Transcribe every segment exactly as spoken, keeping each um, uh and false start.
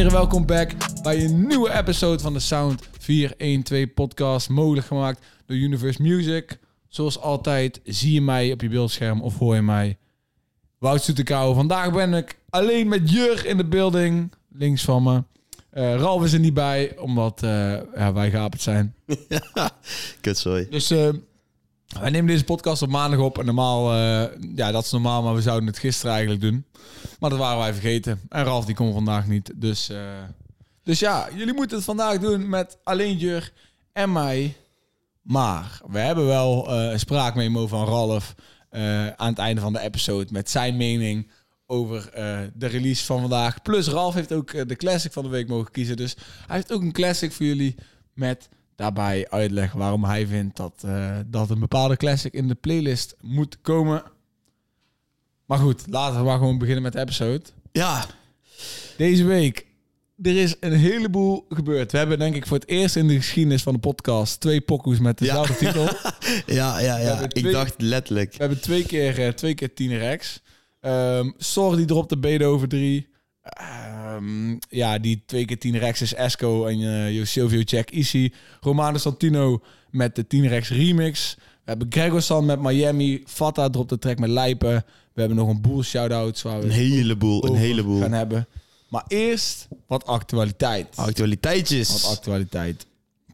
heren, welkom back bij een nieuwe episode van de Sound vier een twee podcast, mogelijk gemaakt door Universe Music. Zoals altijd zie je mij op je beeldscherm of hoor je mij. Wout Soetekouw. Vandaag ben ik alleen met Jur in de building, links van me. Uh, Ralf is er niet bij, omdat uh, ja, wij geaperd zijn. Kutzooi. Dus uh, wij nemen deze podcast op maandag op. En normaal, uh, ja, dat is normaal, maar we zouden het gisteren eigenlijk doen. Maar dat waren wij vergeten. En Ralf die komt vandaag niet. Dus, uh, dus ja, jullie moeten het vandaag doen met alleen Jur en mij. Maar we hebben wel uh, een spraakmemo van Ralf uh, aan het einde van de episode met zijn mening over uh, de release van vandaag. Plus Ralf heeft ook uh, de classic van de week mogen kiezen. Dus hij heeft ook een classic voor jullie met daarbij uitleg waarom hij vindt dat, uh, dat een bepaalde classic in de playlist moet komen. Maar goed, laten we maar gewoon beginnen met de episode. Ja. Deze week, er is een heleboel gebeurd. We hebben denk ik voor het eerst in de geschiedenis van de podcast twee pokoes met dezelfde ja. titel. ja, ja, ja. Twee, ik dacht letterlijk. We hebben twee keer, uh, twee keer Tine Rex. Um, Sor die dropte Beethoven drie. Um, ja, die twee keer Tine Rex is Esco en uh, Silvio Check Easy. Romano Santino met de Tine Rex remix. We hebben Gregor San met Miami. Fatta dropt de track met Lijpen. We hebben nog een boel shout-outs waar we een heleboel, een heleboel gaan hebben. Maar eerst wat actualiteit. Actualiteitjes. Wat actualiteit.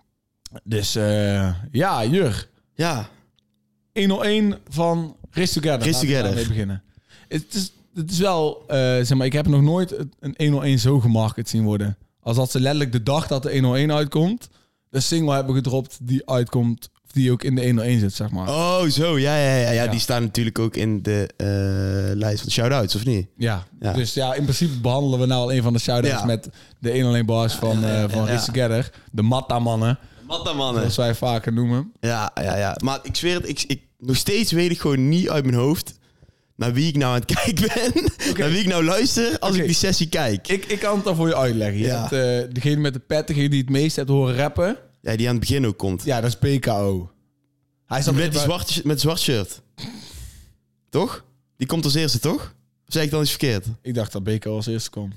Dus uh, ja, Jur. Ja. honderdéén van Race Together. Race Together. Laten we mee beginnen. Het is, het is wel, uh, zeg maar, ik heb nog nooit een honderdéén zo gemarket zien worden. Als dat ze letterlijk de dag dat de honderdéén uitkomt, de single hebben gedropt die uitkomt, die ook in de honderdéén zit, zeg maar. Oh, zo. Ja, ja, ja. ja. ja. Die staan natuurlijk ook in de uh, lijst van de shout-outs, of niet? Ja. ja. Dus ja, in principe behandelen we nou al een van de shout-outs ja. met de honderdéén bars van, uh, van ja. Race Together. De Matta-mannen. Matta-mannen. Zoals wij vaker noemen. Ja, ja, ja. Maar ik zweer het, ik, ik, nog steeds weet ik gewoon niet uit mijn hoofd naar wie ik nou aan het kijken ben. Okay. Naar wie ik nou luister als okay. ik die sessie kijk. Ik, ik kan het dan voor je uitleggen. Je ja. hebt uh, degene met de pet, degene die het meest hebt horen rappen. Ja, die aan het begin ook komt. Ja, dat is B K O. Hij is met die zwarte, met zwart shirt. Toch? Die komt als eerste, toch? Of zeg ik dan iets verkeerd? Ik dacht dat B K O als eerste kwam.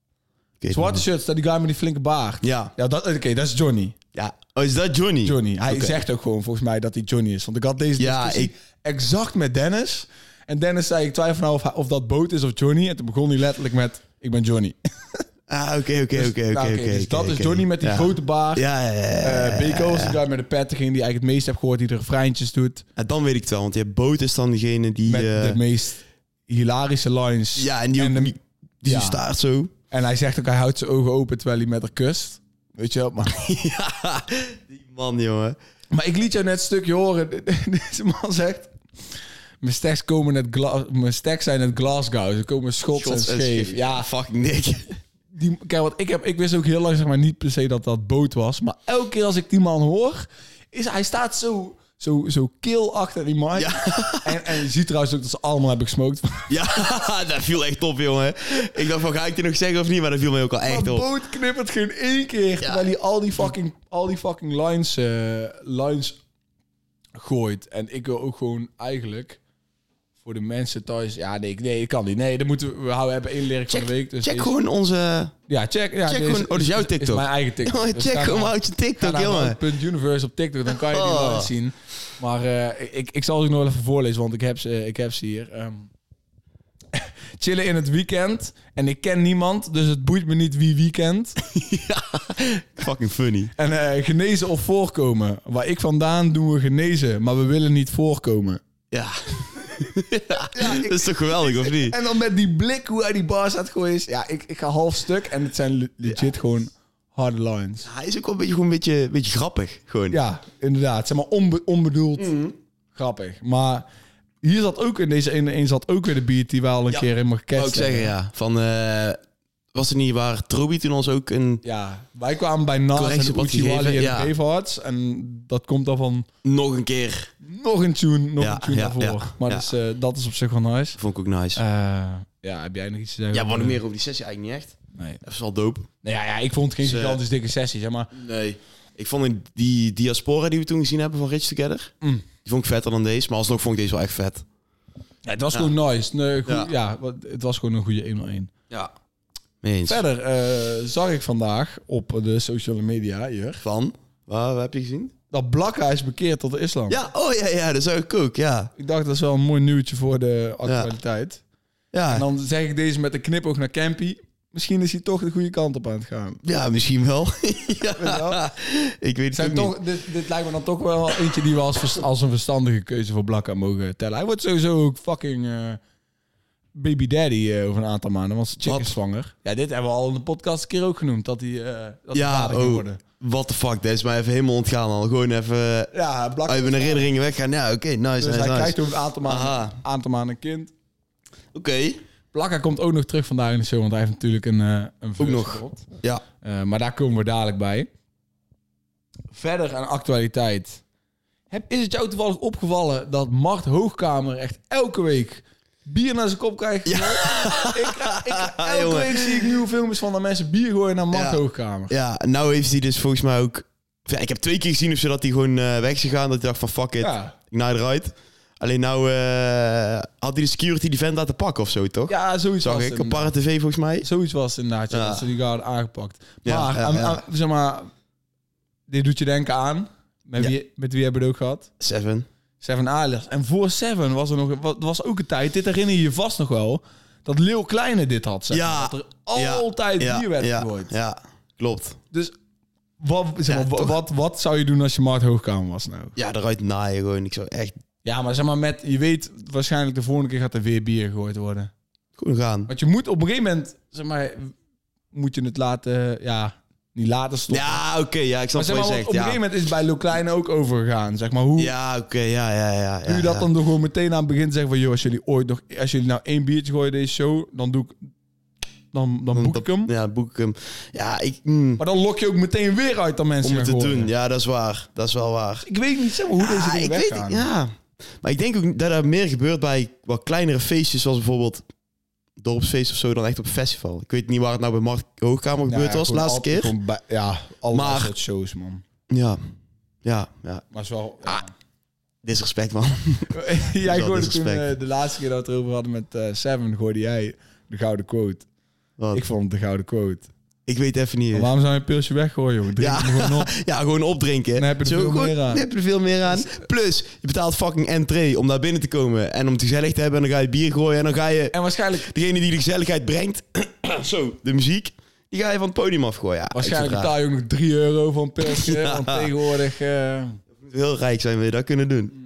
Zwarte shirt, staat die guy met die flinke baard. Ja. Ja, dat, oké, okay, dat is Johnny. Ja. Oh, is dat Johnny? Johnny. Hij okay. zegt ook gewoon volgens mij dat hij Johnny is. Want ik had deze ja, discussie ik... exact met Dennis. En Dennis zei, ik twijfel nou of, of dat Boot is of Johnny. En toen begon hij letterlijk met, ik ben Johnny. Ah, oké, oké, oké, oké. Dus dat is Johnny met die ja. grote baard. Ja, ja, ja. ja, uh, B K O is die guy met de pet, degene die eigenlijk het meest heb gehoord, die de refreintjes doet. En dan weet ik het wel, want je hebt Boot is dan degene die... Met uh... de meest hilarische lines. Ja, en die, en ook, de, die ja. staart zo. En hij zegt ook, hij houdt zijn ogen open terwijl hij met haar kust. Weet je wel, maar... ja, die man, jongen. Maar ik liet jou net een stukje horen. Deze man zegt... Mijn stacks komen net gla- Mijn stacks zijn net Glasgow. Ze komen schots, schots en scheef. En scheef. Ja, fucking dik. Die, kijk, wat ik heb, ik wist ook heel lang zeg maar niet per se dat dat Boot was. Maar elke keer als ik die man hoor, is hij staat zo, zo, zo kil achter die mic. Ja. En, en je ziet trouwens ook dat ze allemaal hebben gesmoked. Ja, dat viel echt op, jongen. Ik dacht van, ga ik dit nog zeggen of niet? Maar dat viel mij ook al echt maar op. Boot knippert geen één keer. Ja. Terwijl hij al die fucking, al die fucking lines, uh, lines gooit. En ik wil ook gewoon eigenlijk... Voor de mensen thuis... Ja, nee, nee, ik kan niet. Nee, dan moeten we... We houden, hebben één lyric van de week. Dus check deze, gewoon onze... Ja, check. Ja, check gewoon... Oh, dat is jouw TikTok. Is mijn eigen TikTok. Oh, dus check gewoon uit je TikTok, jongen. Punt Universe op TikTok. Dan kan je die oh. wel zien. Maar uh, ik, ik zal ze nog even voorlezen, want ik heb ze, ik heb ze hier. Um, chillen in het weekend. En ik ken niemand, dus het boeit me niet wie wie kent. Ja, fucking funny. En uh, genezen of voorkomen. Waar ik vandaan doen we genezen, maar we willen niet voorkomen. Ja. Ja, ja, ik, dat is toch geweldig, of niet? En dan met die blik hoe hij die bars had gooien. Ja, ik, ik ga half stuk en het zijn legit ja. gewoon harde lines. Hij is ook wel een beetje, gewoon een beetje, een beetje grappig. Gewoon. Ja, inderdaad. Zeg maar onbe, onbedoeld mm. grappig. Maar hier zat ook in deze ene een zat ook weer de beat die we al een ja. keer helemaal gecatcht ook zeggen, ja. Van, uh, was het niet waar Trobi toen ons ook een... Ja, wij kwamen bij Nas en Uchiwali en ja. Bravehearts. En dat komt dan van... Nog een keer. Nog een tune, nog ja, een tune ja, daarvoor. Ja, maar ja. Dus, uh, dat is op zich wel nice. Vond ik ook nice. Uh, ja, heb jij nog iets te zeggen? Ja, wat nog meer over die sessie eigenlijk niet echt. Nee. Dat is wel dope. Nou ja, ja, ik vond het geen dus, gigantisch dikke sessie, zeg maar. Nee. Ik vond die diaspora die we toen gezien hebben van Rich Together, mm. die vond ik vetter dan deze. Maar alsnog vond ik deze wel echt vet. Ja, het was ja. gewoon nice. Nee, goed, ja. ja, het was gewoon een goede honderdéén. Ja. Meens. Verder uh, zag ik vandaag op de sociale media hier... Van? Waar, waar heb je gezien? Dat Blakka is bekeerd tot de islam. Ja, oh ja, ja, dat zou ik ook, ja. Ik dacht, dat is wel een mooi nieuwtje voor de actualiteit. Ja. ja. En dan zeg ik deze met een knipoog naar Campy. Misschien is hij toch de goede kant op aan het gaan. Ja, misschien wel. ja. Ik weet het Zijn ook toch, niet. dit, dit lijkt me dan toch wel eentje die we als, als een verstandige keuze voor Blakka mogen tellen. Hij wordt sowieso ook fucking uh, baby daddy uh, over een aantal maanden, want zijn chick Wat? is zwanger. Ja, dit hebben we al in de podcast een keer ook genoemd, dat hij, uh, dat Ja, hij vader oh. worden. What the fuck, dat is mij even helemaal ontgaan al. Gewoon even Ja, Blakka uit mijn herinneringen weggaan. Ja, oké, okay, nice, dus nice, hij nice. krijgt over een aantal maanden, Aha. aantal maanden een kind. Oké. Okay. Blakka komt ook nog terug vandaag in de show, want hij heeft natuurlijk een, uh, een Ook nog. gehad. Ja. Uh, maar daar komen we dadelijk bij. Verder aan actualiteit. Heb, is het jou toevallig opgevallen dat Mart Hoogkamer echt elke week bier naar zijn kop krijgt? Ja. ik, ik, elke Jongen. week zie ik nieuwe filmpjes van dat mensen bier gooien naar Mart Ja. Hoogkamer. Ja, nou heeft hij dus volgens mij ook... Ja, ik heb twee keer gezien of zo dat hij gewoon uh, weg is gegaan. Dat hij dacht van fuck it, Ja. ik naai eruit. Alleen nou uh, had hij de security die vent laten pakken of zo, toch? Ja, zoiets Zag was ik het op Para T V volgens mij. Zoiets was het inderdaad, ja, Ja. dat ze die hadden aangepakt. Ja, Maar, ja, aan, ja. aan- zeg maar, dit doet je denken aan. Met, Ja. wie, met wie hebben we het ook gehad? Seven. Seven Alias. En voor Seven was er nog wa- was ook een tijd, dit herinner je je vast nog wel, dat Leeuw Kleine dit had. Zeg Ja. maar. Dat er altijd ja, bier werd ja, gegooid. Ja, klopt. Dus wat, zeg maar, Ja, wa- toch. wat, wat zou je doen als je Mart Hoogkamer was nou? Ja, eruit naaien gewoon. Ik zou echt Ja, maar zeg maar met, je weet waarschijnlijk de volgende keer gaat er weer bier gegooid worden. gewoon gaan. Want je moet op een gegeven moment, zeg maar, moet je het laten, ja, niet laten stoppen. Ja, oké, okay, ja, ik snap maar zeg wat maar, je op zegt. een gegeven Ja, moment is het bij Leeuw Kleine ook overgegaan. Zeg maar, hoe ja oké, okay, ja, ja, ja. doe je ja, dat ja. dan door gewoon meteen aan het begin te zeggen van, joh, als jullie ooit nog, als jullie nou één biertje gooien deze show, dan doe ik, dan, dan boek ik hem. Ja, boek ik hem. Ja, ik... Mm, Maar dan lok je ook meteen weer uit dat mensen om het gaan te gooien. doen. Ja, dat is waar. Dat is wel waar. Ik weet niet zeg maar, hoe deze Ja, dingen ik weet weggaan. het, ja. Maar ik denk ook dat er meer gebeurt bij wat kleinere feestjes, zoals bijvoorbeeld dorpsfeest of zo, dan echt op een festival. Ik weet niet waar het nou bij Mart Hoogkamer Ja, gebeurd ja, was, gewoon laatste altijd keer. gewoon bij- ja, allemaal Maar- soort shows, man. Ja, ja, ja. Maar het is wel... Ah, ja. Disrespect, man. jij wel gooide toen, disrespect. eh, de laatste keer dat we het erover hadden met eh, Seven, gooide jij de gouden quote. Wat? Ik Ik, vond het de gouden quote. weet even niet. Maar waarom zou je een pilsje weggooien, joh? Drink Ja. hem gewoon op. Ja, gewoon opdrinken. Dan heb je er Zo, veel gewoon- meer aan. Dan heb je er veel meer aan. Plus, je betaalt fucking entree om daar binnen te komen. En om het gezellig te hebben. En dan ga je bier gooien. En dan ga je... En waarschijnlijk, Degene die de gezelligheid brengt... zo, de muziek... Die ga je van het podium afgooien. Ja, waarschijnlijk ik vind betaal je ook nog drie euro voor een pilsje. Ja. Want tegenwoordig... eh, het raar. Je moet heel rijk zijn, wil je dat kunnen doen.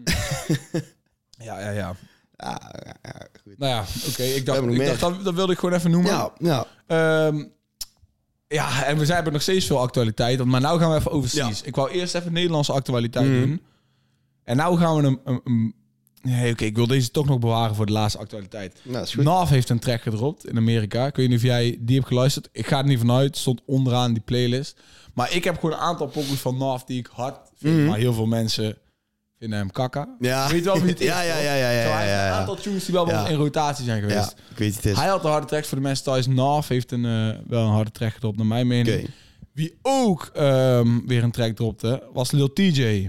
ja, ja, ja. Ja, ja, ja, goed. Nou ja, oké. ik dacht, hebben nog ik meer. dacht dat, dat wilde ik gewoon even noemen. Ja, ja. Ehm, ja, en we zijn- hebben nog steeds veel actualiteit. Maar nou gaan we even overseas. Ik wou eerst even Nederlandse actualiteit Mhm. doen. En nou gaan we een... een, een nee, oké, ik wil deze toch nog bewaren voor de laatste actualiteit. Nou, is goed. Nav heeft een track gedropt in Amerika. Ik weet niet of jij die hebt geluisterd. Ik ga er niet vanuit. Het stond onderaan die playlist. Maar ik heb gewoon een aantal pokus van Nav die ik hard vind. Mhm. Maar heel veel mensen vinden hem kakka. Ja. Weet wel wie het is, Ja, ja, toch? ja, ja, ja, Zo, hij heeft ja, een ja. aantal tunes die wel Ja. wel in rotatie zijn geweest. Ja, ik weet het is. Hij had de harde tracks voor de mensen thuis. Nav heeft een, eh, wel een harde track gedropt, naar mijn mening. Oké. Wie ook ehm, weer een track dropte, was Lil T J.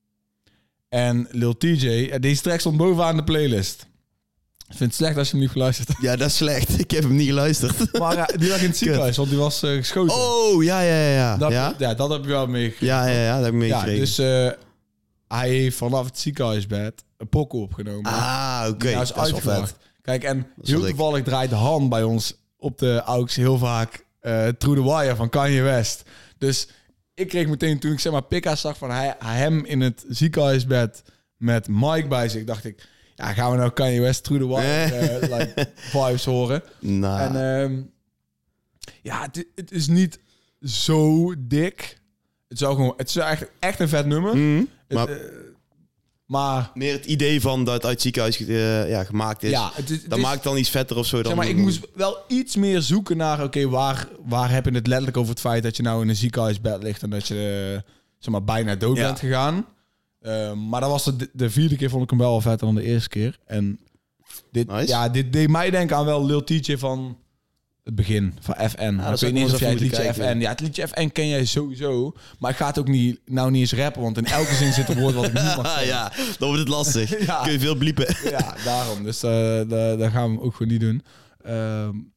En Lil T J, eh, deze track stond bovenaan de playlist. Ik vind het slecht als je hem niet geluisterd hebt. Ja, dat is slecht. Ik heb hem niet geluisterd. Maar eh, die lag in het ziekenhuis, want die was eh, geschoten. Oh, ja, ja, ja. Ja, dat, ja? ja, dat heb je wel meegekregen. Ja, ja, ja, dat heb ik Ja, meegekregen. dus eh, hij heeft vanaf het ziekenhuisbed een pokoe opgenomen. ah, oké. Die nou is Dat is wel uitgebracht. vet. Kijk, en is heel wel dik. toevallig draait Han bij ons op de A U X heel vaak eh Through the Wire van Kanye West. Dus ik kreeg meteen, toen ik zeg maar Pika zag van hij, hem in het ziekenhuisbed met Mike bij zich, dacht ik, ja, gaan we nou Kanye West Through the Wire eh, like, vibes horen. Nou, En ehm, ja, het, het is niet zo dik. Het is, ook gewoon, het is echt, echt een vet nummer. mhm. Het, maar eh, maar meer het idee van dat het uit het ziekenhuis eh, ja, gemaakt is. ja, het is, het dat is- maakt dan iets vetter of zo. Dan Zeg maar, ik moest wel iets meer zoeken naar, oké, waar, waar heb je het letterlijk over het feit dat je nou in een ziekenhuisbed ligt en dat je eh, zeg maar, bijna dood Ja. bent gegaan. Uh, maar dat was de, de vierde keer vond ik hem wel vetter dan de eerste keer. En dit, Nice. ja, dit deed mij denken aan wel Lil T J van het begin, van F N. dat ik zou weet ik niet eens wel of jij het eens even liedje F N... moeten Ja, het liedje F N ken jij sowieso. Maar ik ga het ook niet, nou niet eens rappen, want in elke zin zit een woord wat ik niet mag Ah, zeggen. ja, dan wordt het lastig. Ja. Kun je veel bliepen. Ja, daarom. Dus uh, dat gaan we ook gewoon niet doen. Um,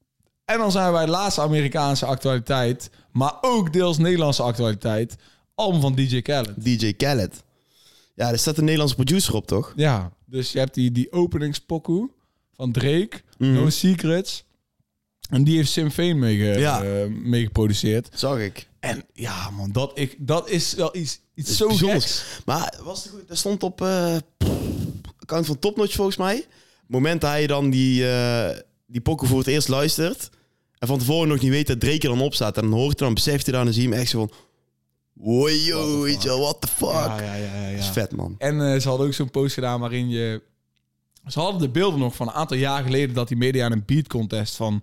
En dan zijn wij de laatste Amerikaanse actualiteit, maar ook deels Nederlandse actualiteit. Album van D J Khaled. D J Khaled. Ja, er staat een Nederlandse producer op, toch? Ja, dus je hebt die, die openingspokoe van Drake, mm. No Secrets. En die heeft Sim Veen mee, ge, ja. uh, mee geproduceerd. Zag ik. En ja, man, dat, ik, dat is wel iets, iets zo geks. Maar was het goed? Er stond op uh, account van Topnotch volgens mij. Het moment dat hij dan die, uh, die pokoe voor het eerst luistert en van tevoren nog niet weet dat Drake er dan op staat. En dan hoort hij dan, beseft hij dan en zie je hem echt zo van... Wow, yo, weet je wel, what the fuck? Ja, ja, ja, ja. Dat is vet, man. En uh, ze hadden ook zo'n post gedaan waarin je... Ze hadden de beelden nog van een aantal jaar geleden dat die media aan een beat contest van,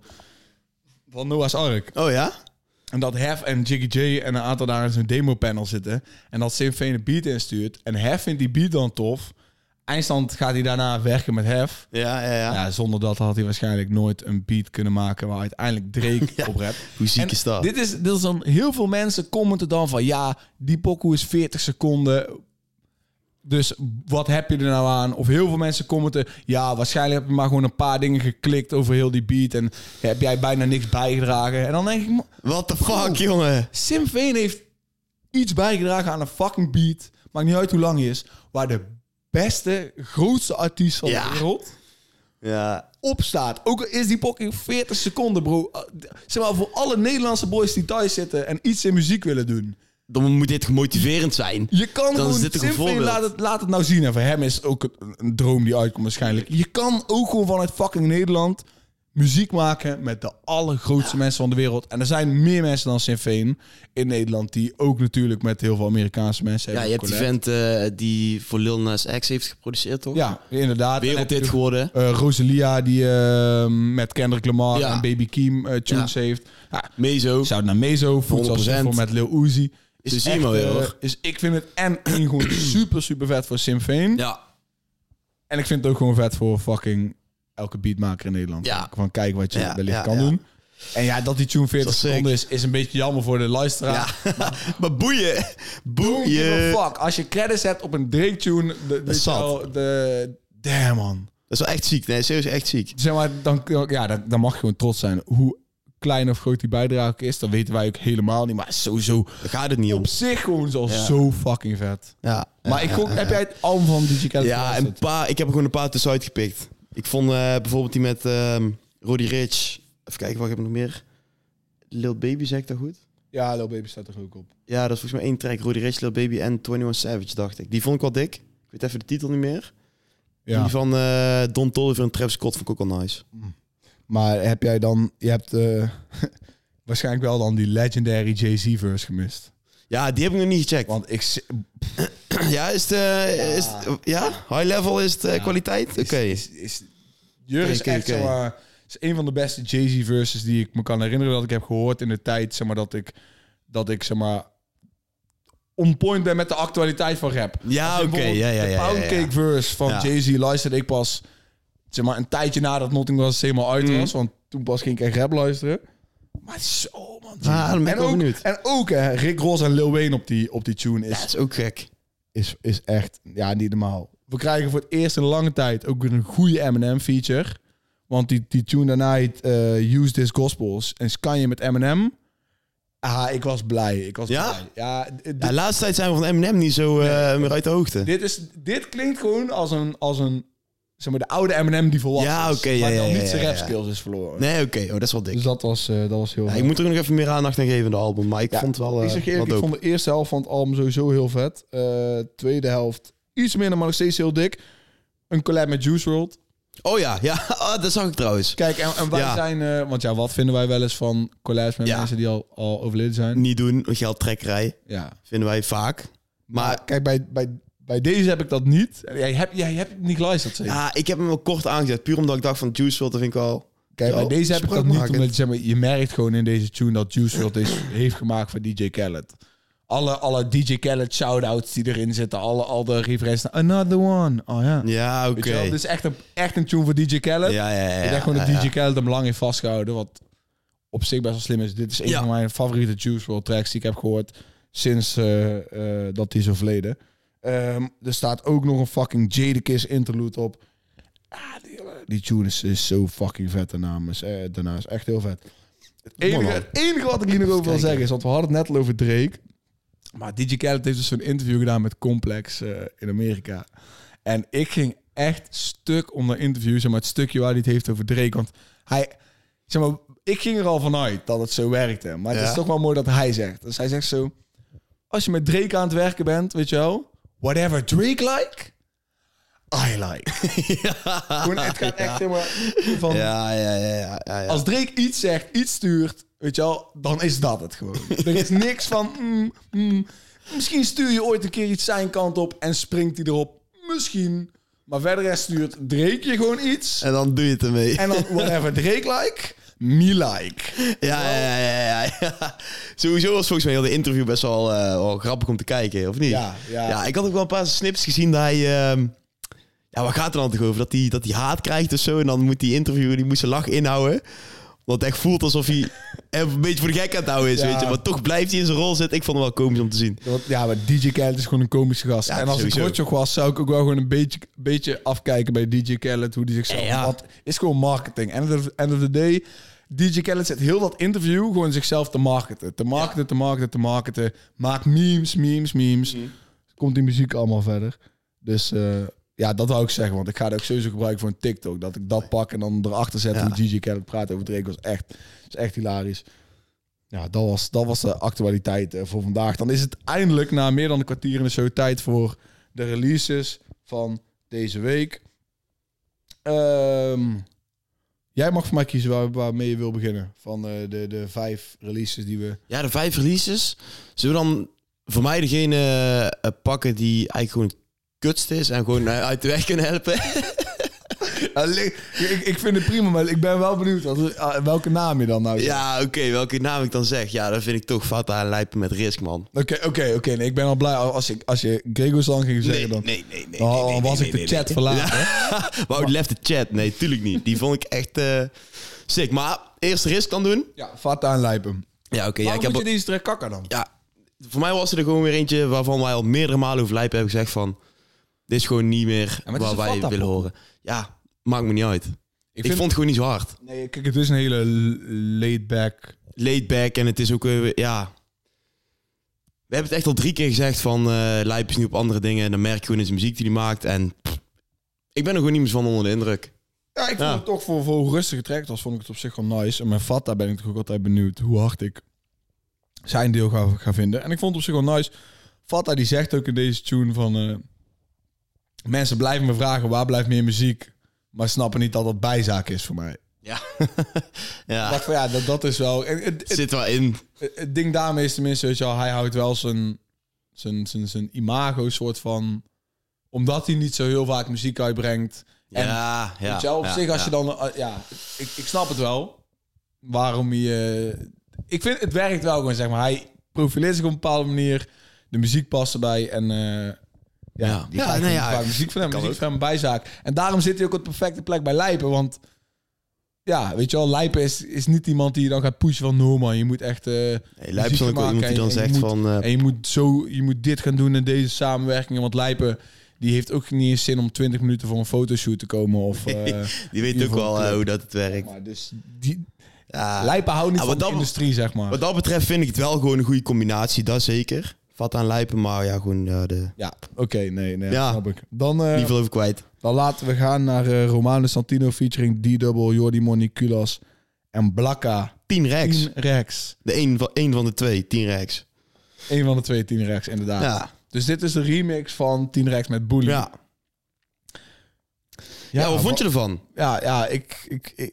van Noah's Ark. Oh ja? En dat Hef en Jiggy J en een aantal daar in zo'n demo-panel zitten. En dat Sim Veen een beat instuurt. En Hef vindt die beat dan tof. Eindstand gaat hij daarna werken met Hef. Ja, ja, ja. ja zonder dat had hij waarschijnlijk nooit een beat kunnen maken waar uiteindelijk Drake ja. op rapt. Hoe ziek is dat? Dit is, dit is dan heel veel mensen commenten dan van ja, die pokoe is veertig seconden. Dus wat heb je er nou aan? Of heel veel mensen commenten... Ja, waarschijnlijk heb je maar gewoon een paar dingen geklikt over heel die beat... en heb jij bijna niks bijgedragen. En dan denk ik... What the fuck, oh, jongen? Sim Veen heeft iets bijgedragen aan een fucking beat... maakt niet uit hoe lang hij is... waar de beste, grootste artiest van ja. de wereld... ja. op staat. Ook al is die pokoe veertig seconden, bro. Zeg maar, voor alle Nederlandse boys die thuis zitten... en iets in muziek willen doen... Dan moet dit gemotiverend zijn. Je kan dan gewoon... Sim Veen, laat het, laat het nou zien. En voor hem is het ook een, een droom die uitkomt waarschijnlijk. Je kan ook gewoon vanuit fucking Nederland... muziek maken met de allergrootste ja. mensen van de wereld. En er zijn meer mensen dan Sim Veen in Nederland... die ook natuurlijk met heel veel Amerikaanse mensen ja, hebben. Ja, je hebt collab. Die vent uh, die voor Lil Nas X heeft geproduceerd, toch? Ja, inderdaad. Wereldhit geworden. Uh, Rosalia, die uh, met Kendrick Lamar ja. en Baby Keem uh, tunes ja. heeft. Ja, Mezo. Shout naar Mezo. Voedsel met Lil Uzi. Is Ze zien we heel erg. Dus ik vind het en gewoon super, super vet voor Sim Veen. Ja. En ik vind het ook gewoon vet voor fucking elke beatmaker in Nederland. Ja. Van kijk wat je ja, wellicht ja, kan ja. doen. En ja, dat die tune veertig is seconden is, is een beetje jammer voor de luisteraar. Ja. maar, maar boeien. Boeien. Give a fuck. Als je credits hebt op een Drake tune, de, dat is wel, de damn man. Dat is wel echt ziek. Nee, serieus echt ziek. Zeg maar, dan, ja, dan, dan mag je gewoon trots zijn. Hoe klein of groot die bijdrage is, dat weten wij ook helemaal niet. Maar sowieso, daar gaat het niet om. Op zich gewoon zo, ja. zo fucking vet. Ja. Maar ik ook, ja, heb jij het album van D J Khaled Ja, een paar, ik heb er gewoon een paar tussenuit gepikt. Ik vond uh, bijvoorbeeld die met um, Roddy Ricch. Even kijken, wat heb ik nog meer? Lil Baby, zeg ik dat goed? Ja, Lil Baby staat er ook op. Ja, dat is volgens mij één track. Roddy Ricch, Lil Baby en eenentwintig Savage, dacht ik. Die vond ik wel dik. Ik weet even de titel niet meer. Ja. Die van uh, Don Toliver en Travis Scott vond ik ook wel nice. Maar heb jij dan... Je hebt uh, waarschijnlijk wel dan die legendary Jay-Z-verse gemist. Ja, die heb ik nog niet gecheckt. Want ik... ja, is het... Uh, ja. Is het, ja? High level is het uh, ja. kwaliteit? Oké. Okay. Is, is, is, Jur okay, is okay, echt, okay. zeg maar... is een van de beste Jay-Z-verses die ik me kan herinneren dat ik heb gehoord in de tijd, zeg maar, dat ik... Dat ik, zeg maar... on point ben met de actualiteit van rap. Ja, oké. Okay. Ja, ja, ja, de Poundcake ja, ja. verse van ja. Jay-Z luisterde ik pas... zeg maar, een tijdje nadat Notting Was helemaal uit was. Mm. Want toen pas ging ik echt rap luisteren. Maar het is zo, man. Ah, dan ben ik en, ook, benieuwd. en ook, hè, Rick Ross en Lil Wayne op die, op die tune is... Ja, dat is ook gek. Is, is echt, ja, niet normaal. We krijgen voor het eerst in een lange tijd ook weer een goede Eminem feature. Want die, die tune daarna heet uh, Use This Gospels. En Kanye met Eminem. Ah, ik was blij. Ik was ja? blij. Ja, de ja, laatste tijd zijn we van Eminem niet zo uh, nee, meer uit de hoogte. Dit, is, dit klinkt gewoon als een... Als een zeg maar de oude Eminem die volwassen ja, okay, is. Maar ja, dan ja, niet ja, zijn ja, rap ja. skills is verloren. Nee, oké. Okay. Oh, dat is wel dik. Dus dat was, uh, dat was heel ja, vet. ik moet er nog even meer aandacht aan geven in de album. Maar ik ja, vond wel uh, Ik zeg eerlijk, ik vond de eerste helft van het album sowieso heel vet. Uh, tweede helft iets minder, maar nog steeds heel dik. Een collab met Juice world. Oh ja, ja. Oh, dat zag ik trouwens. Kijk, en, en wij ja. zijn... Uh, want ja, wat vinden wij wel eens van collabs met ja. mensen die al, al overleden zijn? Niet doen, geldtrekkerij. Ja. Vinden wij vaak. Maar, maar kijk, bij... bij Bij deze heb ik dat niet. Jij hebt, jij hebt het niet geluisterd, zeker? Ja, ik heb hem wel kort aangezet. Puur omdat ik dacht van Juice world, dat vind ik wel... Kijk, bij deze heb ik dat niet. Omdat, zeg maar, je merkt gewoon in deze tune dat Juice world is, heeft gemaakt van D J Khaled. Alle, alle D J Khaled shout-outs die erin zitten. Alle, al de referenties naar Another One. Oh ja. Ja, oké. Okay. Dit is echt een, echt een tune voor D J Khaled. Ja, ja, ja. Ik denk gewoon ja, dat D J ja. Khaled hem lang heeft vastgehouden. Wat op zich best wel slim is. Dit is een ja. van mijn favoriete Juice world tracks die ik heb gehoord sinds uh, uh, dat hij is overleden. Um, er staat ook nog een fucking Jadakiss interlude op. Ah, die, die tune is, is zo fucking vet daarna. Is, eh, daarna is echt heel vet. Het enige, het enige wat ik hier nog over wil zeggen is, want we hadden het net al over Drake. Maar D J Khaled heeft dus zo'n interview gedaan met Complex uh, in Amerika. En ik ging echt stuk om dat interview, zeg maar het stukje waar hij het heeft over Drake. Want hij, zeg maar, ik ging er al vanuit dat het zo werkte. Maar het ja. is toch wel mooi dat hij zegt. Dus hij zegt zo, als je met Drake aan het werken bent, weet je wel, whatever Drake like, I like. ja. Gewoon, het gaat echt helemaal van... Ja, ja, ja, ja, ja, ja. Als Drake iets zegt, iets stuurt, weet je wel, dan is dat het gewoon. Er is niks van... Mm, mm, misschien stuur je ooit een keer iets zijn kant op en springt hij erop. Misschien. Maar verder stuurt Drake je gewoon iets. En dan doe je het ermee. En dan whatever Drake like, me like. Ja, ja, ja, ja, ja. Sowieso was volgens mij heel de interview best wel, uh, wel grappig om te kijken, of niet? Ja, ja. Ja, ik had ook wel een paar snips gezien dat hij... Uh, ja, waar gaat het dan toch over? Dat hij, dat hij haat krijgt of zo. En dan moet die interviewer, die moest zijn lach inhouden. Want het echt voelt alsof hij een beetje voor de gek aan het houden is, ja. weet je. Maar toch blijft hij in zijn rol zitten. Ik vond het wel komisch om te zien. Ja, maar D J Khaled is gewoon een komische gast. Ja, en als sowieso. ik Rotjoch was, zou ik ook wel gewoon een beetje, beetje afkijken bij D J Khaled. Hoe die zichzelf... Ja, ja. Wat is gewoon marketing. End of, end of the day, D J Khaled zet heel dat interview gewoon zichzelf te marketen. Te marketen, ja. te marketen, te marketen. Maakt memes, memes, memes. Mm. Komt die muziek allemaal verder. Dus... Uh, ja, dat wou ik zeggen, want ik ga het ook sowieso gebruiken voor een TikTok. Dat ik dat pak en dan erachter zet ja. hoe D J Khaled praat over Drake was echt, is echt hilarisch. Ja, dat was, dat was de actualiteit uh, voor vandaag. Dan is het eindelijk na meer dan een kwartier in de show tijd voor de releases van deze week. Um, jij mag voor mij kiezen waar, waarmee je wil beginnen. Van uh, de, de vijf releases die we... Ja, de vijf releases. Zullen we dan voor mij degene uh, pakken die eigenlijk gewoon... kutst is en gewoon uit de weg kunnen helpen. ik, ik vind het prima, maar ik ben wel benieuwd wat, welke naam je dan nou zegt. Ja, oké, okay, welke naam ik dan zeg. Ja, dan vind ik toch Fata en Lijpen met Risk, man. Oké, okay, oké, okay, oké. Okay. Nee, ik ben al blij als, ik, als je Gregoslan ging zeggen nee, dan... Nee, nee, nee. Dan nee, nee, was nee, ik de nee, chat nee, verlaten. Ja. Wout left de chat. Nee, tuurlijk niet. Die vond ik echt uh, sick. Maar eerst Risk dan doen. Ja, Fata en Lijpen. Ja, oké. Okay, ja, ik heb moet je deze direct kakken dan? Ja, voor mij was er gewoon weer eentje waarvan wij al meerdere malen over Lijpen hebben gezegd van... Dit is gewoon niet meer ja, waar wij willen pop. horen. Ja, maakt me niet uit. Ik, ik vind, vond het gewoon niet zo hard. Nee, kijk, het is een hele laid-back... Laid-back en het is ook... Uh, ja... We hebben het echt al drie keer gezegd van... Uh, Lijp is nu op andere dingen. En dan merk je gewoon in zijn muziek die hij maakt. En pff, ik ben er gewoon niet meer van onder de indruk. Ja, ik vond ja. het toch voor, voor rustige track. Dat vond ik het op zich wel nice. En met Fata ben ik toch ook altijd benieuwd hoe hard ik zijn deel ga, ga vinden. En ik vond het op zich wel nice. Fata die zegt ook in deze tune van... Uh, mensen blijven me vragen, waar blijft meer muziek? Maar snappen niet dat dat bijzaak is voor mij. Ja. ja. Ik dacht van, ja, dat, dat is wel... Het, het, zit wel in. Het, het ding daarmee is tenminste, weet je wel, hij houdt wel zijn, zijn, zijn, zijn imago soort van... Omdat hij niet zo heel vaak muziek uitbrengt. En, ja, ja. Weet je wel, op ja, zich als ja. je dan... Uh, ja, ik, ik snap het wel. Waarom hij... Uh, ik vind, het werkt wel gewoon, zeg maar. Hij profileert zich op een bepaalde manier. De muziek past erbij en... Uh, Ja, ja, die ja, nee, ja muziek van hem, muziek van hem bijzaak. En daarom zit hij ook op de perfecte plek bij Lijpen. Want ja, weet je wel, Lijpen is, is niet iemand die je dan gaat pushen van... No man, je moet echt... Uh, nee, Lijpen is ook wel iemand die dan zegt moet, van... Uh, en je moet, zo, je moet dit gaan doen in deze samenwerkingen. Want Lijpen, die heeft ook niet eens zin om twintig minuten voor een fotoshoot te komen. Of, uh, die weet ook wel uh, hoe dat het werkt. Maar dus die... Ja. Lijpen houdt niet ja, van de dat, industrie, zeg maar. Wat dat betreft vind ik het wel gewoon een goede combinatie, dat zeker. Vat aan Lijpen, maar ja, gewoon ja, de... Ja, oké, okay, nee, nee, ja. snap ik. Dan, uh, niet veel over kwijt. Dan laten we gaan naar uh, Romano Santino featuring D-Double, Jordi Money, Kulas en Blakka. Tien Rex. Tien Rex. De een van, een van de twee, Tien Rex. Eén van de twee, Tien Rex, inderdaad. Ja. Dus dit is de remix van Tien Rex met Bully. Ja. Ja, ja wat vond je ervan? Ja, ja, ik... ik, ik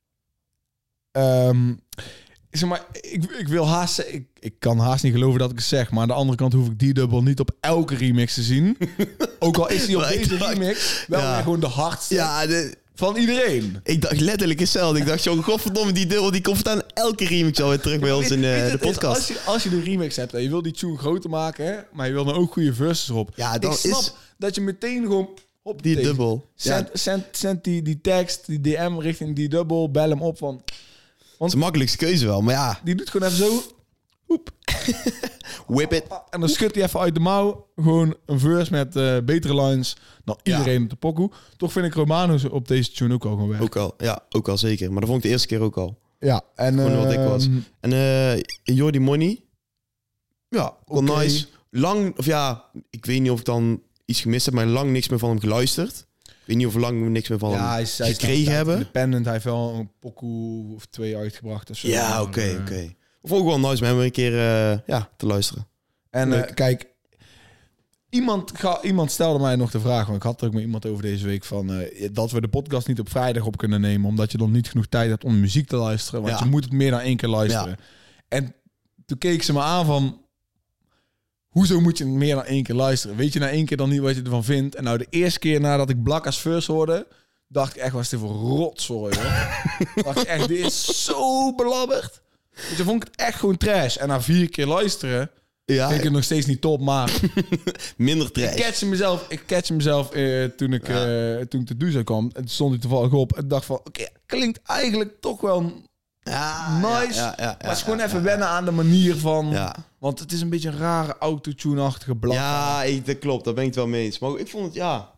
um, zeg maar, ik, ik wil haast... Ik, ik kan haast niet geloven dat ik het zeg. Maar aan de andere kant hoef ik D-Double niet op elke remix te zien. Ook al is hij op deze dacht, remix wel ja. gewoon de hardste ja, de, van iedereen. Ik dacht letterlijk hetzelfde. Ik dacht, joh, godverdomme, die dubbel die komt aan elke remix alweer terug bij ons in uh, de podcast. Als je, als je de remix hebt en je wil die tune groter maken, hè, maar je wil dan ook goede verses erop. Ja, dan ik snap is dat je meteen gewoon... Op die dubbel. Zend, ja. zend, zend die, die tekst, die D M richting die dubbel. Bel hem op van... Want, dat is de makkelijkste keuze wel, maar ja. Die doet gewoon even zo... Oep. Whip it. En dan schudt hij even uit de mouw. Gewoon een verse met uh, betere lines dan iedereen Ja. op de pokoe. Toch vind ik Romano op deze tune ook al gewoon werk. Ook al, ja, ook al zeker. Maar dat vond ik de eerste keer ook al. Ja, en Gewoon wat ik was. ehm, En uh, Jordi Money. Ja, wel Oké. nice. Lang, of ja, ik weet niet of ik dan iets gemist heb, maar lang niks meer van hem geluisterd. Ik weet niet of we lang niks meer van ja, hem hij is, hij is gekregen nou hebben. independent. Hij heeft wel een pokoe of twee uitgebracht. Of zo. Ja, Maar, oké, eh, oké. Of ook wel nice om hem een keer uh, ja, te luisteren. En Leuk. uh, kijk, iemand, ga, iemand stelde mij nog de vraag, want ik had er ook met iemand over deze week, van uh, dat we de podcast niet op vrijdag op kunnen nemen, omdat je dan niet genoeg tijd hebt om muziek te luisteren, want Ja. je moet het meer dan één keer luisteren. Ja. En toen keek ze me aan van, hoezo moet je het meer dan één keer luisteren? Weet je na één keer dan niet wat je ervan vindt? En nou, de eerste keer nadat ik Black as First hoorde, dacht ik echt, was dit voor rotzooi, hoor. dacht ik echt, dit is zo belabberd. Dus toen vond ik het echt gewoon trash. En na vier keer luisteren, Ja, vind ik het nog steeds niet top, maar minder ik trash. catchte mezelf, ik catchte mezelf uh, toen, ik, Ja. uh, toen ik de douche kwam. En toen stond hij toevallig op en dacht van, oké, okay, klinkt eigenlijk toch wel Ja, nice. ja, ja, ja, maar het is gewoon ja, even ja. wennen aan de manier van... Ja, Want het is een beetje een rare autotune-achtige blad. ja ik, dat klopt. Daar ben ik het wel mee eens. Maar ik vond het, ja...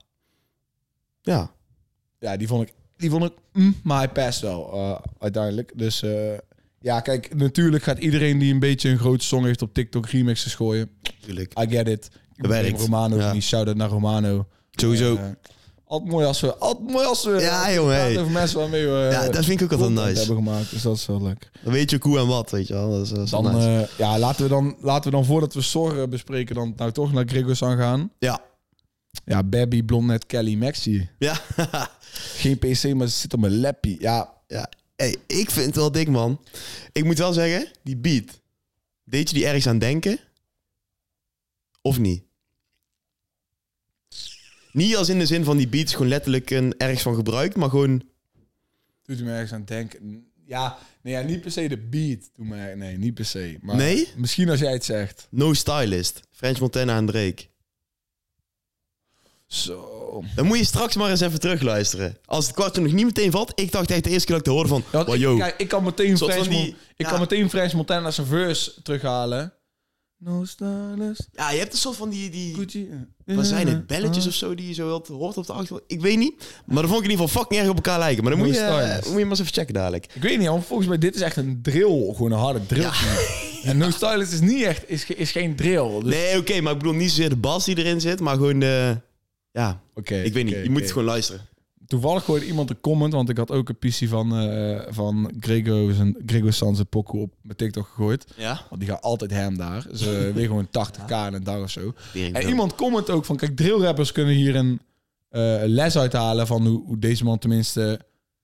Ja. Ja, die vond ik, die vond ik mm, maar hij past wel uh, uiteindelijk. Dus uh, ja, kijk, natuurlijk gaat iedereen die een beetje een grote song heeft op TikTok remixes gooien. Tuurlijk. I get it. Ik Dat werkt. Romano, Ja. niet shout-out naar Romano. Sowieso. Uh, altijd mooi als we, altijd mooi als we Ja, uh, jongen, praten hey. over mensen waarmee we Ja, dat vind ik ook altijd content nice. hebben gemaakt. Dus dat is wel leuk. Dan weet je ook hoe en wat, weet je wel. Dat is, dat is Dan, nice. uh, ja, laten we dan, laten we dan voordat we Sor bespreken, dan nou toch naar Gregors aan gaan. Ja. Ja, Baby, Blondnet, Kelly, Maxi. Ja. Geen P C, maar ze zit op mijn lappie. Ja, Ja. Hey, ik vind het wel dik, man. Ik moet wel zeggen, die beat. Deed je die ergens aan denken? Of niet? Niet als in de zin van die beat is gewoon letterlijk een ergens van gebruikt, maar gewoon... doet u me ergens aan denken. Ja, nee, ja, niet per se de beat. Doe me, nee, niet per se. Maar Nee? misschien als jij het zegt. No Stylist. French Montana en Drake. Zo. Dan moet je straks maar eens even terugluisteren. Als het kwartje nog niet meteen valt, ik dacht echt de eerste keer dat ik het hoorde van... Ja, wow, ik, yo. kijk, ik kan meteen Soort French, van die- Mon- ik ja. kan meteen French Montana zijn verse terughalen. No stylist. Ja, je hebt een soort van die... die Gucci. wat zijn het? Belletjes Ah. of zo die je zo wilt hoort op de achtergrond? Ik weet niet. Maar dan vond ik in ieder geval fucking erg op elkaar lijken. Maar dan No moet je, eh, stylist. moet je maar eens even checken dadelijk. Ik weet niet, want volgens mij dit is echt een drill. Gewoon een harde drill. En No Stylist is niet echt, is, ge- is geen drill. Dus... Nee, oké, maar ik bedoel niet zozeer de bas die erin zit, maar gewoon de... Ja, Oké. ik weet niet. oké, je moet oké. het gewoon luisteren. Toevallig gooide iemand een comment, want ik had ook een P C van, uh, van Gregor, zijn Gregor Sans pokoe op mijn TikTok gegooid. Ja? Want die gaat altijd hem daar. Ze weer gewoon tachtig k in een dag of zo. En En iemand comment ook van, kijk, drillrappers kunnen hier een uh, les uithalen van hoe, hoe deze man tenminste een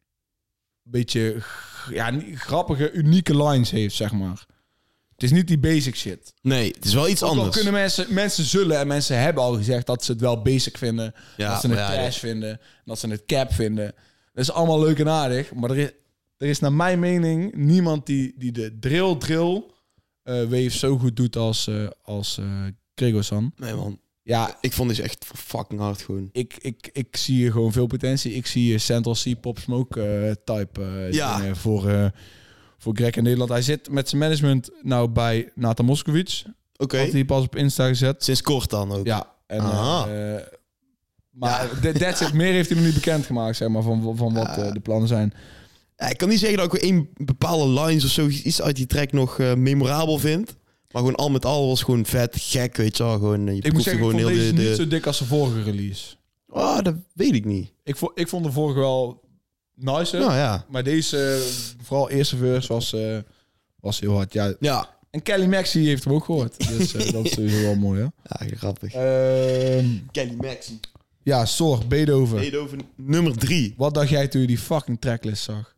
beetje g- ja, niet- grappige, unieke lines heeft, zeg maar. Het is niet die basic shit. Nee, het is wel iets Ook al anders. kunnen mensen, mensen zullen en mensen hebben al gezegd dat ze het wel basic vinden. Ja, dat ze het maar ja, trash vinden. Dat ze het cap vinden. Dat is allemaal leuk en aardig. Maar er is, er is naar mijn mening niemand die, die de drill drill uh, wave zo goed doet als, uh, als uh, Gregor-san. Nee, man. Ja, Ik vond deze echt fucking hard gewoon. ik, ik, ik zie hier gewoon veel potentie. Ik zie hier Central C Pop Smoke uh, type uh, Ja. dingen voor, uh, voor Greg in Nederland. Hij zit met zijn management nou bij Nathan Moskowitz. Oké. Had hij pas op Insta gezet. Sinds kort dan ook. Ja, en Aha. uh, maar ja. that's it. Meer heeft hij nog niet bekendgemaakt, zeg maar, van, van wat uh, de plannen zijn. Ja, ik kan niet zeggen dat ik weer één bepaalde lines of zo iets uit die track nog uh, memorabel vind. Maar gewoon al met al was gewoon vet, gek, weet je wel. Gewoon, je Ik moet zeggen, ik gewoon vond deze de, de... niet zo dik als de vorige release. Oh, dat weet ik niet. Ik vond, ik vond de vorige wel nicer. Nou ja. Maar deze, vooral eerste verse, was, uh, was heel hard. Ja. Ja. En Kelly Maxi heeft hem ook gehoord. Dus uh, dat is sowieso wel mooi, hè? Ja, grappig. Uh, Kelly Maxi. ja, Sor, Beethoven. Beethoven nummer drie. Wat dacht jij toen je die fucking tracklist zag?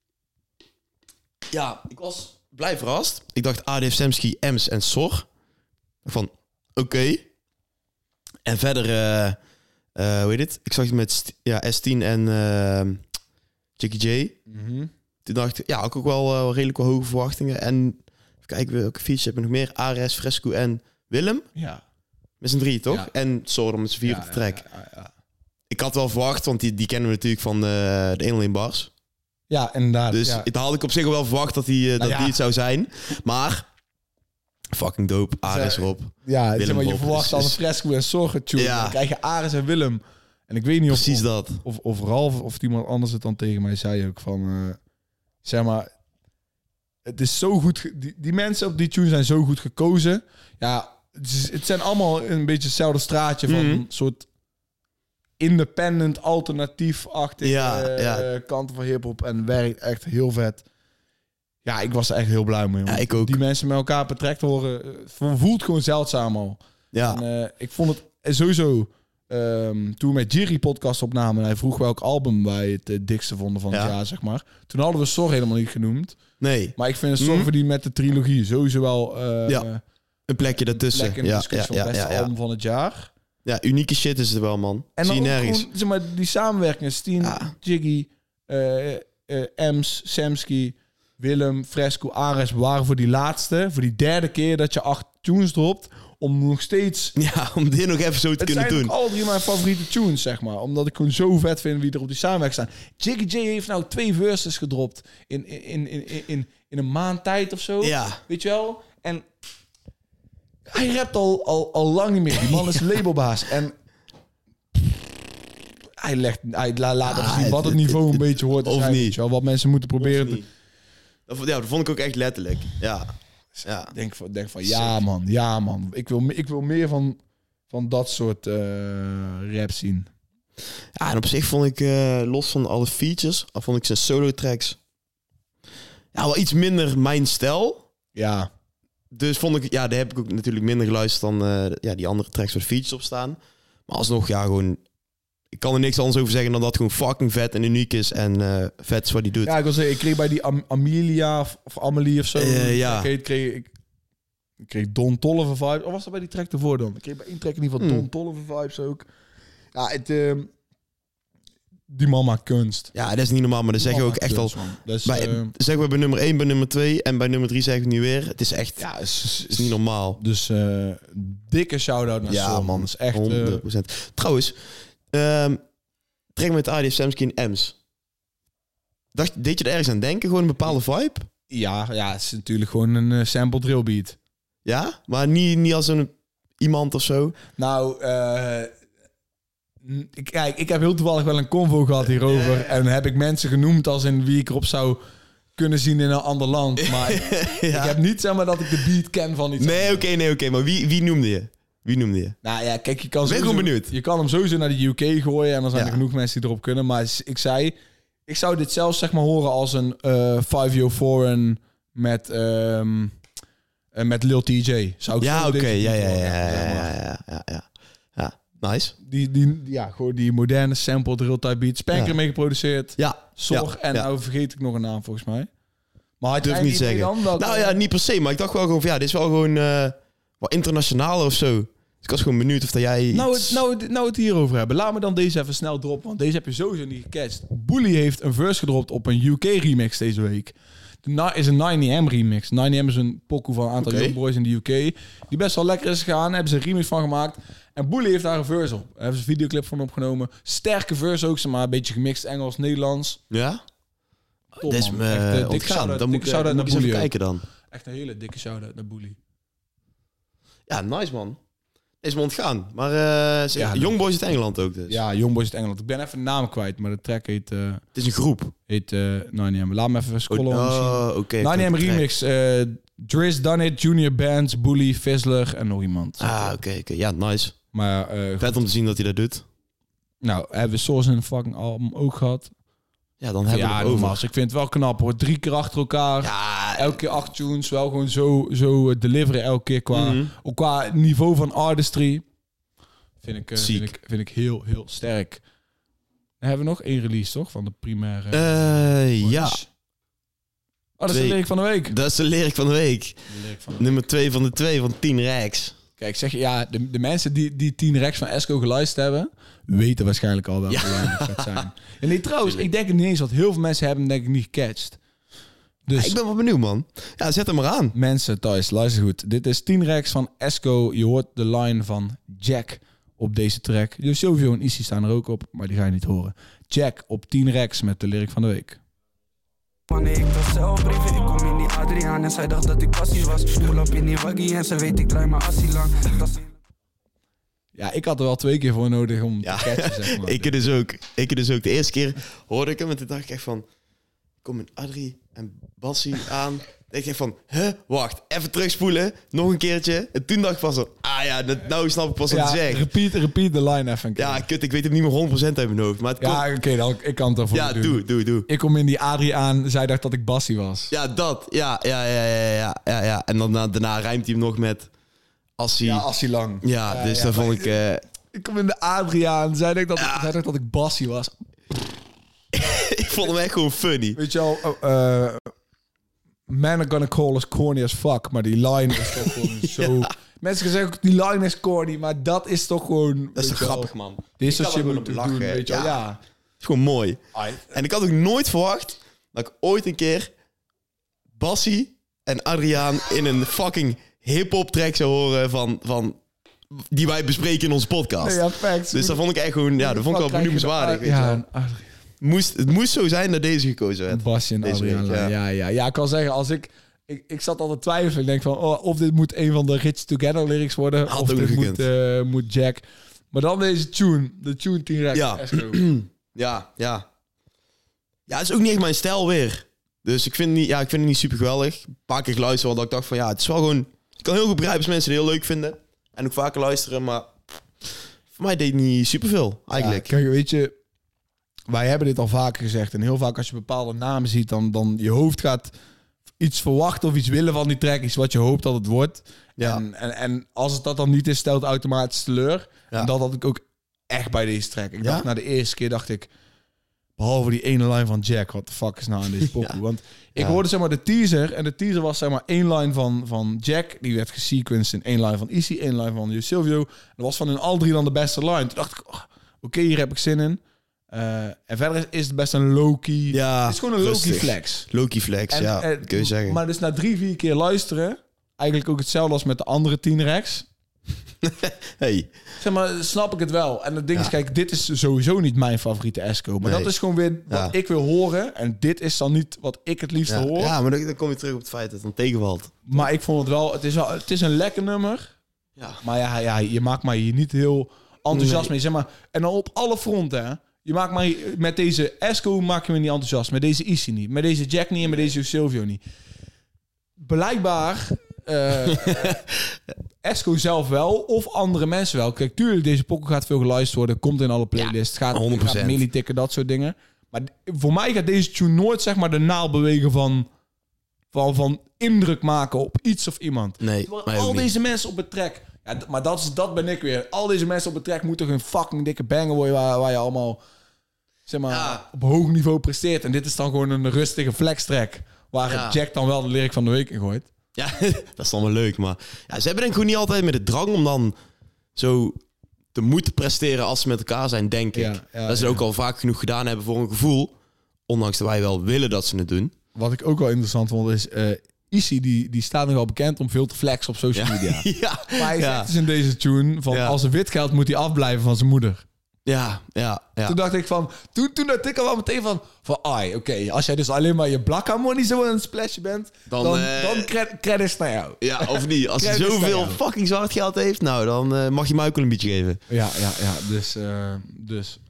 Ja, ik was blij verrast. Ik dacht A D F Semski, Ems en Sor. Van, oké. Okay. En verder, uh, uh, hoe heet het? Ik zag het met St- ja, S tien en uh, Jackie J. Mm-hmm. Toen dacht ik, ja, ook, ook wel uh, redelijk wel hoge verwachtingen. En even kijken, welke features hebben we nog meer? Ares, Fresco en Willem. Ja. Met z'n drie, toch? Ja. En Sor met z'n vier ja, op de track. Ja, ja, ja. Ik had wel verwacht, want die, die kennen we natuurlijk van uh, de eenlijn bars. Ja, inderdaad. Dus ja. het had ik op zich wel verwacht dat, die, uh, dat Nou ja. die het zou zijn. Maar Fucking dope. Ares Zeg- erop. Ja, Willem zeg maar, je Bob verwacht is- dan een is- Fresco en Zorgen tune. Ja. Dan krijg je Ares en Willem. En ik weet niet of, Precies of, dat. of, of Ralf of iemand anders het dan tegen mij zei ook van... Uh, zeg maar, het is zo goed... Ge- die, die mensen op die tune zijn zo goed gekozen. Ja, het, is- het zijn allemaal een beetje hetzelfde straatje van Mhm. een soort... independent, alternatief-achtige Ja, eh, ja. kanten van hiphop. En werkt echt heel vet. Ja, ik was er echt heel blij mee. Ja, want ik ook. Die mensen met elkaar betrekt horen, eh, voelt gewoon zeldzaam al. Ja. En, uh, ik vond het sowieso... Um, toen we met Jerry podcast opnamen... en hij vroeg welk album wij het uh, dikste vonden van het Ja. jaar, zeg maar. Toen hadden we Sor helemaal niet genoemd. Nee. Maar ik vind Sor Mhm. verdient met de trilogie sowieso wel... Uh, Ja, Een plekje daartussen. plek in de Ja, discussie ja, van ja, het beste ja, ja. album van het jaar. Ja, unieke shit is het wel, man. En Zie dan je ook nergens. gewoon, zeg maar, die samenwerkingen. Steen, Ja. Jiggy, uh, uh, Ems, Samsky, Willem, Fresco, Ares... waren voor die laatste, voor die derde keer dat je acht tunes dropt... om nog steeds... Ja, om dit nog even zo te Het kunnen zijn doen. ook alle drie mijn favoriete tunes, zeg maar. Omdat ik gewoon zo vet vind wie er op die samenwerking staan. Jiggy J heeft nou twee verses gedropt in, in, in, in, in, in een maand tijd of zo. Ja. Weet je wel? En hij rapt al, al, al lang niet meer. Die man is labelbaas. En hij, legt, hij la- laat Ah, even zien wat het niveau een beetje hoort te of zijn. niet. Weet je wel? Wat mensen moeten proberen. Of niet. Dat, vond- ja, dat vond ik ook echt letterlijk. Ja. Ja. te denk van, denk van ja man, ja man. Ik wil, me- ik wil meer van, van dat soort uh, rap zien. Ja, en op zich vond ik, uh, los van alle features, al vond ik zijn solo tracks ja, wel iets minder mijn stijl. Ja. Dus vond ik, ja, daar heb ik ook natuurlijk minder geluisterd dan uh, ja, die andere tracks waar features op staan. Maar alsnog, ja, gewoon... Ik kan er niks anders over zeggen dan dat het gewoon fucking vet en uniek is. En uh, vet is wat hij doet. Ja, ik wil zeggen, ik kreeg bij die Am- Amelia of, of Amelie of zo. Uh, ja. Ik kreeg, ik, ik kreeg Don Tolliver vibes. Of was dat bij die track ervoor dan? Ik kreeg bij één track in ieder geval Hmm. Don Tolliver vibes ook. Ja, het... Uh, die man maakt kunst. Ja, dat is niet normaal, maar dat zeggen we ook echt kunst, al... man. Dus, Bij, uh, zeggen we bij nummer één, bij nummer twee en bij nummer drie zeggen we het nu weer. Het is echt... ja, is, is, Het is niet normaal. Dus uh, dikke shout-out naar Ja, Son. man. Dat is echt... Uh, honderd procent. Trouwens, um, trek met A D F Samsky en Ems. Dacht, deed je er ergens aan denken? Gewoon een bepaalde vibe? ja, ja, het is natuurlijk gewoon een uh, sample drill beat. Ja? Maar niet, niet als een iemand of zo? Nou, uh, kijk, ik heb heel toevallig wel een convo gehad hierover. Ja. En heb ik mensen genoemd als in wie ik erop zou kunnen zien in een ander land. Maar ja. ik heb niet, zeg maar, dat ik de beat ken van iets. Nee, oké, okay, nee, oké. Okay. Maar wie, wie noemde je? Wie noemde je? Nou ja, kijk, je kan ben sowieso, gewoon benieuwd. Je kan hem sowieso naar de U K gooien en dan zijn ja. er genoeg mensen die erop kunnen. Maar ik zei, ik zou dit zelfs, zeg maar, horen als een uh, Five Yo Foreign met... Um, Uh, met Lil T J. Zou ik ja, oké. Okay. Ja, ja, ja, ja, ja, ja, ja, ja. Ja, nice. Die, die, ja, gewoon die moderne sample drill type beat. Spanker ja. mee geproduceerd. Ja. Zorg ja. en ja. nou vergeet ik nog een naam volgens mij. Maar hij durf niet zeggen. Dan dat, nou ja, niet per se. Maar ik dacht wel gewoon van ja, dit is wel gewoon uh, wat internationaal of zo. Dus ik was gewoon benieuwd of dat jij... Nou iets... het, nou, het, nou het hierover hebben. Laat me dan deze even snel droppen. Want deze heb je sowieso niet gecatcht. Bully heeft een verse gedropt op een U K remix deze week. Na, is een nine M remix. nine M is een pokoe van een aantal okay. young boys in de U K. Die best wel lekker is gegaan. Hebben ze een remix van gemaakt. En Bully heeft daar een verse op. Daar hebben ze een videoclip van opgenomen. Sterke verse ook, maar een beetje gemixt Engels-Nederlands. Ja? Top, dat is me echt, uh, ontgaan. Dan moet ik, uh, moet ik eens even kijken dan. Echt een hele dikke shout-out naar Bully. Ja, nice man. Is me ontgaan. Maar uh, ja, Youngboys uit Engeland ook dus. Ja, Youngboys uit Engeland. Ik ben even de naam kwijt, maar de track heet... Uh, het is een groep. Heet uh, nine M. Laat me even scrollen. Oh, oké. Okay, nine M remix. Uh, Driz, Done It, Junior Bands, Bully, Fizzler en nog iemand. Ah, oké. Okay, okay. Ja, nice. Maar, uh, vet om te zien dat hij dat doet. Nou, hebben we Source in een fucking album ook gehad. Ja, dan hebben ja, we het over. Ik vind het wel knap hoor. Drie keer achter elkaar. Ja, elke keer acht tunes. Wel gewoon zo, zo uh, deliveren elke keer qua, mm-hmm. ook qua niveau van artistry. Vind ik, uh, vind ik, vind ik heel, heel sterk. Dan hebben we nog één release, toch? Van de primaire... Uh, ja. Oh, dat twee. is de lyric van de week. Dat is de lyric van de week. De van de Nummer twee van de twee van tien Rex. Kijk, zeg je, ja, de, de mensen die, die tien Rex van Esco geluisterd hebben... weten waarschijnlijk al welke ja. het zijn. En nee, trouwens, ik denk het niet eens... wat heel veel mensen hebben, denk ik, niet gecatcht. Dus, ja, ik ben wel benieuwd, man. Ja, zet hem maar aan. Mensen thuis, luister goed. Dit is tien Rex van Esco. Je hoort de line van Jack op deze track. Dus Jovio en Issy staan er ook op, maar die ga je niet horen. Jack op tien Rex met de lyric van de week. Wanneer ik dan zelf brieven, ik kom hier niet Adriaan en zij dacht dat ik passief was. Pull op in die waggie en ze weet ik draai mijn assie lang. Dat is... Ja, ik had er wel twee keer voor nodig om Ja, te catchen, zeg maar. ik dus ook. Ik dus ook. De eerste keer hoorde ik hem en toen dacht ik echt van... Kom met Adrie en Bassie aan. Dan dacht ik echt van... Huh? Wacht, even terugspoelen. Nog een keertje. En toen dacht ik van zo... Ah ja, dat, nou snap ik pas wat Ja, hij zegt. repeat, repeat de line even een keer. Ja, kut, ik weet het niet meer honderd procent uit mijn hoofd. Maar het Ja, komt... oké, dan ik kan het ervoor Ja, doen. doe, doe, doe. Ik kom in die Adrie aan, zij dacht dat ik Bassie was. Ja, dat. Ja, ja, ja, ja, ja, ja, ja. En dan na- daarna rijmt hij hem nog met... Als hij... Ja, Ja, Assie lang. dus ja, dat maar- vond ik... eh, Ik kom in de Adrie aan, zij dacht dat, Ja. zij dacht dat ik Bassie was. ik vond hem echt gewoon funny. Weet je wel, uh, uh, men are gonna call us corny as fuck, maar die line is toch gewoon zo... Mensen zeggen ook, die line is corny, maar dat is toch gewoon... Dat is weet toch je wel, grappig, man. Dit is Ik wat kan je er moet gewoon doen, om lachen, weet je wel. ja. Ja. Het is gewoon mooi. En ik had ook nooit verwacht dat ik ooit een keer Bassie en Adriaan in een fucking hip-hop track zou horen van, van die wij bespreken in onze podcast. Nee, ja, facts. Dus dat vond ik echt gewoon, ja, dat vond ik wel benoemenswaardig. Weet je Ja, wel. een Adrie. Moest, het moest zo zijn dat deze gekozen werd. Basje en Deze Adriaan. week, Ja. ja. Ja, ja. ja, ik kan zeggen, als ik... Ik, ik zat altijd twijfelen. Ik denk van, oh, of dit moet een van de Rich Together lyrics worden. Had of ook dit nog moet, gekund. eh, moet Jack. Maar dan deze tune. De tune T-Rex. Ja. Esco. Ja, ja. Ja, het is ook niet echt mijn stijl weer. Dus ik vind, het niet, ja, ik vind het niet super geweldig. Een paar keer geluisterd, dat ik dacht van ja, het is wel gewoon... Ik kan heel goed begrijpen als mensen het heel leuk vinden. En ook vaker luisteren, maar... Voor mij deed het niet superveel, eigenlijk. Ja, kijk, weet je, wij hebben dit al vaker gezegd. En heel vaak als je bepaalde namen ziet, dan, dan je hoofd gaat iets verwachten of iets willen van die track. Iets wat je hoopt dat het wordt. Ja. En, en, en als het dat dan niet is, stelt het automatisch teleur. Ja. En dat had ik ook echt bij deze track. Ik Ja? dacht na de eerste keer, dacht ik... Behalve die ene line van Jack, wat de fuck is nou aan deze pokoe? Ja. Want ik Ja. hoorde zeg maar de teaser. En de teaser was zeg maar één line van, van Jack. Die werd gesequenced in één line van Issy. één line van Yo Silvio. Dat was van hun al drie dan de beste line. Toen dacht ik, oh, oké, hier heb ik zin in. Uh, en verder is, is het best een low-key... Ja, het is gewoon een low-key rustig. flex. Low-key flex, En, ja, en- kun je zeggen. Maar dus na drie, vier keer luisteren... Eigenlijk ook hetzelfde als met de andere T-Rex. Hey, Zeg maar, snap ik het wel. En het ding is, Ja. kijk, dit is sowieso niet mijn favoriete Esco. Maar Nee. dat is gewoon weer wat Ja. ik wil horen. En dit is dan niet wat ik het liefst ja, hoor. ja, maar dan, dan kom je terug op het feit dat het dan tegenvalt. Maar ik vond het wel... Het is, wel, het is een lekker nummer. Ja. Maar ja, ja, je maakt mij hier niet heel enthousiast Nee. mee. Zeg maar, en dan op alle fronten, hè. Je maakt mij... Met deze Esco maak je me niet enthousiast. Met deze Issy niet. Met deze Jack niet en met deze Silvio niet. Blijkbaar... eh Esco zelf wel, of andere mensen wel. Kijk, tuurlijk, deze pokken gaat veel geluisterd worden. Komt in alle playlists. gaat, honderd procent. gaat milli-tikken, dat soort dingen. Maar d- voor mij gaat deze tune nooit, zeg maar, de naal bewegen van... Van, van indruk maken op iets of iemand. Nee, Terwijl mij ook al niet. deze mensen op het track... Ja, d- maar dat, is, dat ben ik weer. Al deze mensen op het track moeten een fucking dikke banger worden... waar, waar je allemaal zeg maar, Ja. op hoog niveau presteert. En dit is dan gewoon een rustige flex track... waar Ja. Jack dan wel de lyric van de week in gooit. Ja, dat is dan wel leuk, maar... Ja, ze hebben denk ik gewoon niet altijd met de drang om dan zo te moeten presteren als ze met elkaar zijn, denk ik. Ja, ja, dat ze ja. ook al vaak genoeg gedaan hebben voor een gevoel. Ondanks dat wij wel willen dat ze het doen. Wat ik ook wel interessant vond is... eh Issy, die, die staat nogal bekend om veel te flexen op social media. ja, Maar hij ja. zegt dus in deze tune van... Ja. als er wit geld moet hij afblijven van zijn moeder. Ja, ja, ja. Toen dacht ik van... Toen, toen dacht ik al wel meteen van... Van, ai, oké, als jij dus alleen maar je blakka money zo aan het splashen bent... Dan, Dan, eh, dan, cred- credits naar jou. Ja, of niet? Als hij Credits naar zoveel jou. fucking zwart geld heeft, nou, dan eh, mag je mij ook wel een beetje geven. Ja, ja, ja. Dus... eh, dus.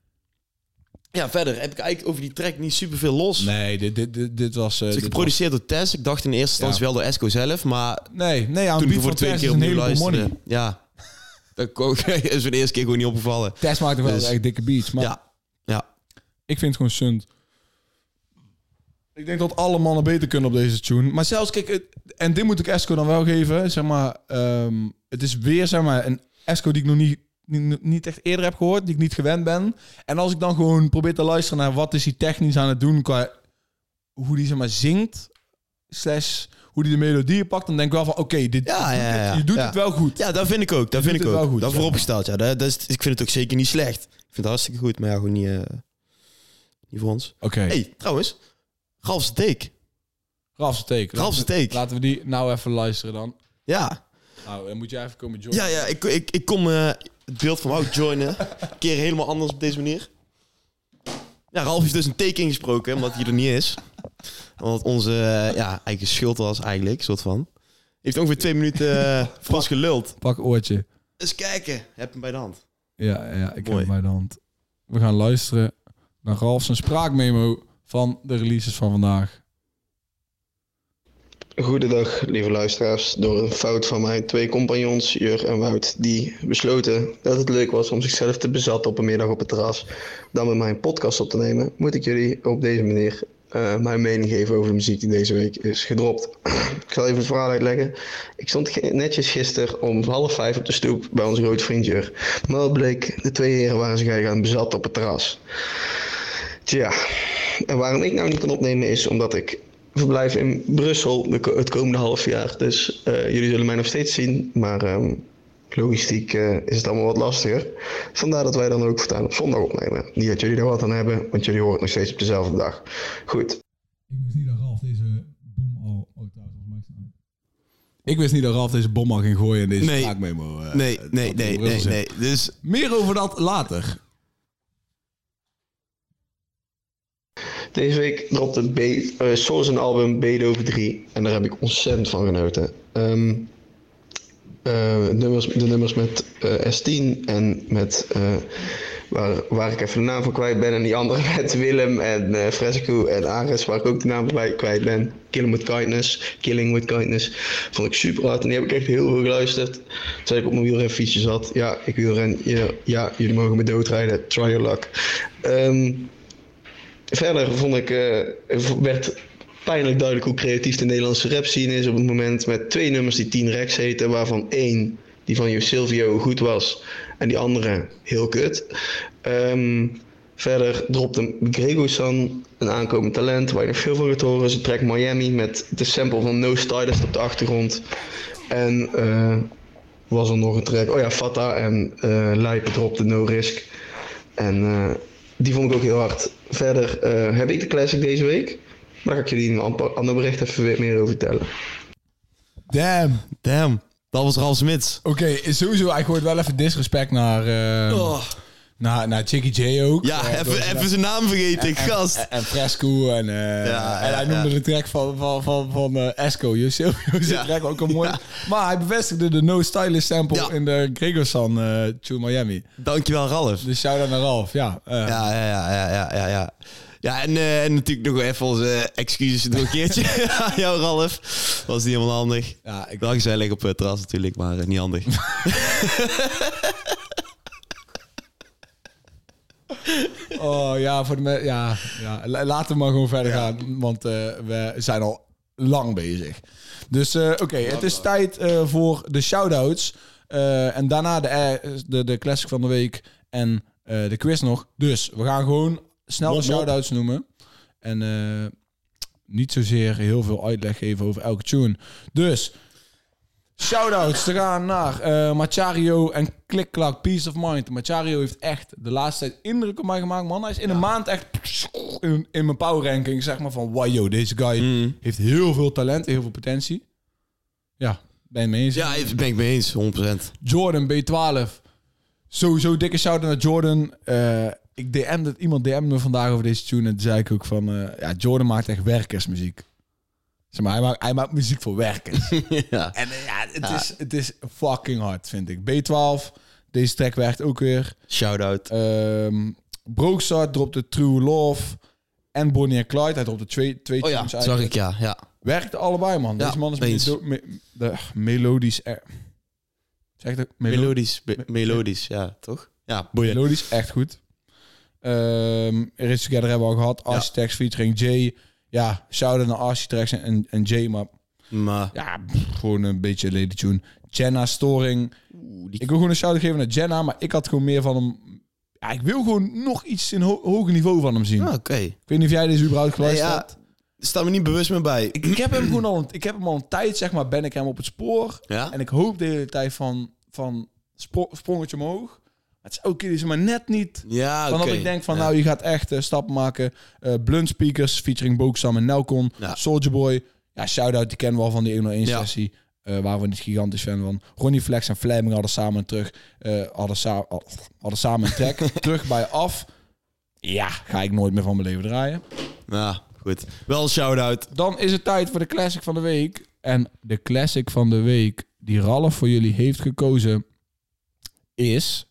Ja, verder heb ik eigenlijk over die track niet superveel los. Nee, dit, dit, dit, dit was... eh, Het is dit geproduceerd door Tess. Ik dacht in eerste instantie Ja. wel door Esco zelf, maar was- nee, nee, aan toen de ik beat voor van de tweede Tess keer is een opnieuw heleboel money. luisterde. Ja. Dat ook- is voor de eerste keer gewoon niet opgevallen. Tess maakt toch wel Dus- echt dikke beats. Maar Ja, ja. ik vind het gewoon sunt. Ik denk dat alle mannen beter kunnen op deze tune. Maar zelfs, kijk, het, en dit moet ik Esco dan wel geven. Zeg maar, ehm, het is weer zeg maar, een Esco die ik nog niet, niet, niet echt eerder heb gehoord. Die ik niet gewend ben. En als ik dan gewoon probeer te luisteren naar wat is hij technisch aan het doen. Qua hoe die zeg maar, zingt. Slash hoe die de melodieën pakt. Dan denk ik wel van, oké, dit Ja, ja, ja, ja. je doet Ja. het wel goed. Ja, dat vind ik ook. Dat Je vind doet ik het ook. wel goed, dat ja. vooropgesteld, ja. Dat, dat is, ik vind het ook zeker niet slecht. Ik vind het hartstikke goed, maar ja, gewoon niet, eh, niet voor ons. Oké, hey, trouwens. Ralf's take. Ralf's take. Ralf's Laten we- take. Laten we die nou even luisteren dan. Ja. Nou, dan moet jij even komen joinen. Ja, ja. Ik, ik, ik kom eh, het beeld van Wout joinen. Een keer helemaal anders op deze manier. Ja, Ralf heeft dus een take ingesproken, omdat hij er niet is. Wat onze uh, ja, eigen schuld was eigenlijk, soort van. Heeft ongeveer twee minuten uh, voor ons geluld. Pak oortje. Eens kijken. Heb hem bij de hand. Ja, ja ik Mooi. heb hem bij de hand. We gaan luisteren naar Ralf zijn spraakmemo van de releases van vandaag. Goedendag, lieve luisteraars. Door een fout van mijn twee compagnons, Jur en Wout, die besloten dat het leuk was om zichzelf te bezatten op een middag op het terras, dan met mijn podcast op te nemen, moet ik jullie op deze manier uh, mijn mening geven over de muziek die deze week is gedropt. Ik zal even het verhaal uitleggen. Ik stond netjes gisteren om half vijf op de stoep bij onze grote vriend Jur. Maar wat bleek, de twee heren waren zich eigenlijk aan het bezatten op het terras. Tja, en waarom ik nou niet kan opnemen is omdat ik verblijf in Brussel de, het komende half jaar. Dus uh, jullie zullen mij nog steeds zien. Maar um, logistiek uh, is het allemaal wat lastiger. Vandaar dat wij dan ook voortaan op zondag opnemen. Niet dat jullie er wat aan hebben, want jullie horen het nog steeds op dezelfde dag. Goed. Ik wist niet dat Ralf deze bom al... Oh, trouwens, was mij Ik wist niet dat Ralf deze bom al ging gooien in deze nee. spraakmemo. Uh, nee, nee, nee, nee, nee. Dus... Meer over dat later. Deze week dropte B, uh, Source een album Beethoven drie en daar heb ik ontzettend van genoten. Um, uh, nummers, de nummers met uh, S tien en met, uh, waar, waar ik even de naam van kwijt ben, en die andere met Willem en uh, Fresco en Ares, waar ik ook de naam van kwijt ben. Killing with Kindness, Killing with Kindness, vond ik super hard en die heb ik echt heel veel geluisterd. Toen ik op mijn wielrenfietsje zat, ja, ik wielren, ja, ja, jullie mogen me doodrijden, try your luck. Um, Verder vond ik, uh, werd pijnlijk duidelijk hoe creatief de Nederlandse rap scene is op het moment, met twee nummers die tien Rex heten, waarvan één, die van Jo Silvio, goed was en die andere heel kut. Um, verder dropte Grego San, een aankomend talent waar je nog veel van gaat horen, zijn track Miami met de sample van No Stylist op de achtergrond. En uh, was er nog een track, oh ja, Fata en uh, Lijpen dropte No Risk. En uh, die vond ik ook heel hard. Verder uh, heb ik de classic deze week. Daar ga ik jullie in een ander bericht even weer meer over vertellen. Damn. Damn. Dat was Ralf Smits. Oké, okay, sowieso. Hij gooit wel even disrespect naar... Uh, oh. Naar, naar Chicky J ook. Ja, uh, even, even zijn naam vergeten, en, gast. En, en Fresco. En, uh, ja, en hij ja, noemde ja. de track van, van, van, van uh, Esco. Je ja. track ook al mooi. Ja. Maar hij bevestigde de No Stylist sample ja. in de Gregorsan uh, Tune Miami. Dankjewel, Ralf. Dus shout-out naar Ralf, ja. Uh. Ja, ja, ja, ja, ja, ja, ja. Ja, en, uh, en natuurlijk nog even onze uh, excuses nog een keertje aan jou, Ralf. Was niet helemaal handig. Ja, ik... Wel gezellig op het terras natuurlijk, maar uh, niet handig. Oh ja, voor de me- ja, ja, laten we maar gewoon verder ja. gaan, want uh, we zijn al lang bezig. Dus uh, oké, okay, het is tijd uh, voor de shout-outs. Uh, en daarna de, de, de classic van de week en uh, de quiz nog. Dus we gaan gewoon snel de shout-outs noemen. En uh, niet zozeer heel veel uitleg geven over elke tune. Dus... shoutouts te gaan naar uh, Machario en Klikklak, Peace of Mind. Machario heeft echt de laatste tijd indruk op mij gemaakt, man. Hij is in ja. een maand echt in, in mijn power ranking, zeg maar, van wow, yo, deze guy mm. heeft heel veel talent, heel veel potentie. Ja, ben je mee eens? Ja, ben ik mee eens, honderd procent. Jordan, B twaalf. Sowieso dikke shout-out naar Jordan. Uh, ik D M'de, iemand D M'de me vandaag over deze tune en toen zei ik ook van, uh, ja, Jordan maakt echt werkersmuziek. Zeg maar, hij maakt, hij maakt muziek voor werkers. ja. En uh, ja, het, ja. Is, het is fucking hard, vind ik. B twaalf, deze track werkt ook weer. Shout-out. Um, Brookstar dropte True Love en Bonnie en Clyde. Hij dropte twee, twee oh, tunes ja, zag ik, ja. ja. Werkte allebei, man. Ja, deze man is medo- me- de, melodisch... Er- zeg dat? Melo- melodisch, be- melodisch, ja, toch? Ja, boeien. Melodisch, echt goed. Um, Rich Together hebben we al gehad. Architects ja. featuring Jay... Ja, shout-out naar Architects en, en Jay, maar... maar... Ja, pff, gewoon een beetje lady tune. Jenna Storing. Oeh, die... Ik wil gewoon een shout-out geven naar Jenna, maar ik had gewoon meer van hem... Ja, ik wil gewoon nog iets in ho- hoger niveau van hem zien. Ah, oké. Okay. Ik weet niet of jij deze überhaupt geluisterd nee, hebt. Ja, daar staan we niet bewust meer bij. Ik, ik heb hem gewoon al een, ik heb hem al een tijd, zeg maar, ben ik hem op het spoor. Ja? En ik hoop de hele tijd van, van spro- sprongetje omhoog. Het is ook okay, maar net niet. Ja, dan okay. dat ik denk van, ja. nou, je gaat echt uh, stappen maken. Uh, Blunt Speakers featuring Boksam en Nelcon. Ja. Soulja Boy. Ja, shout-out, die kennen we al van die honderdéén ja. sessie. Uh, waar we niet gigantisch fan van. Ronnie Flex en Fleming hadden samen terug. Uh, hadden, sa- hadden samen een track. terug bij Af. Ja, ga ik nooit meer van mijn leven draaien. Ja. Goed. Wel een shout-out. Dan is het tijd voor de classic van de week. En de classic van de week die Ralf voor jullie heeft gekozen is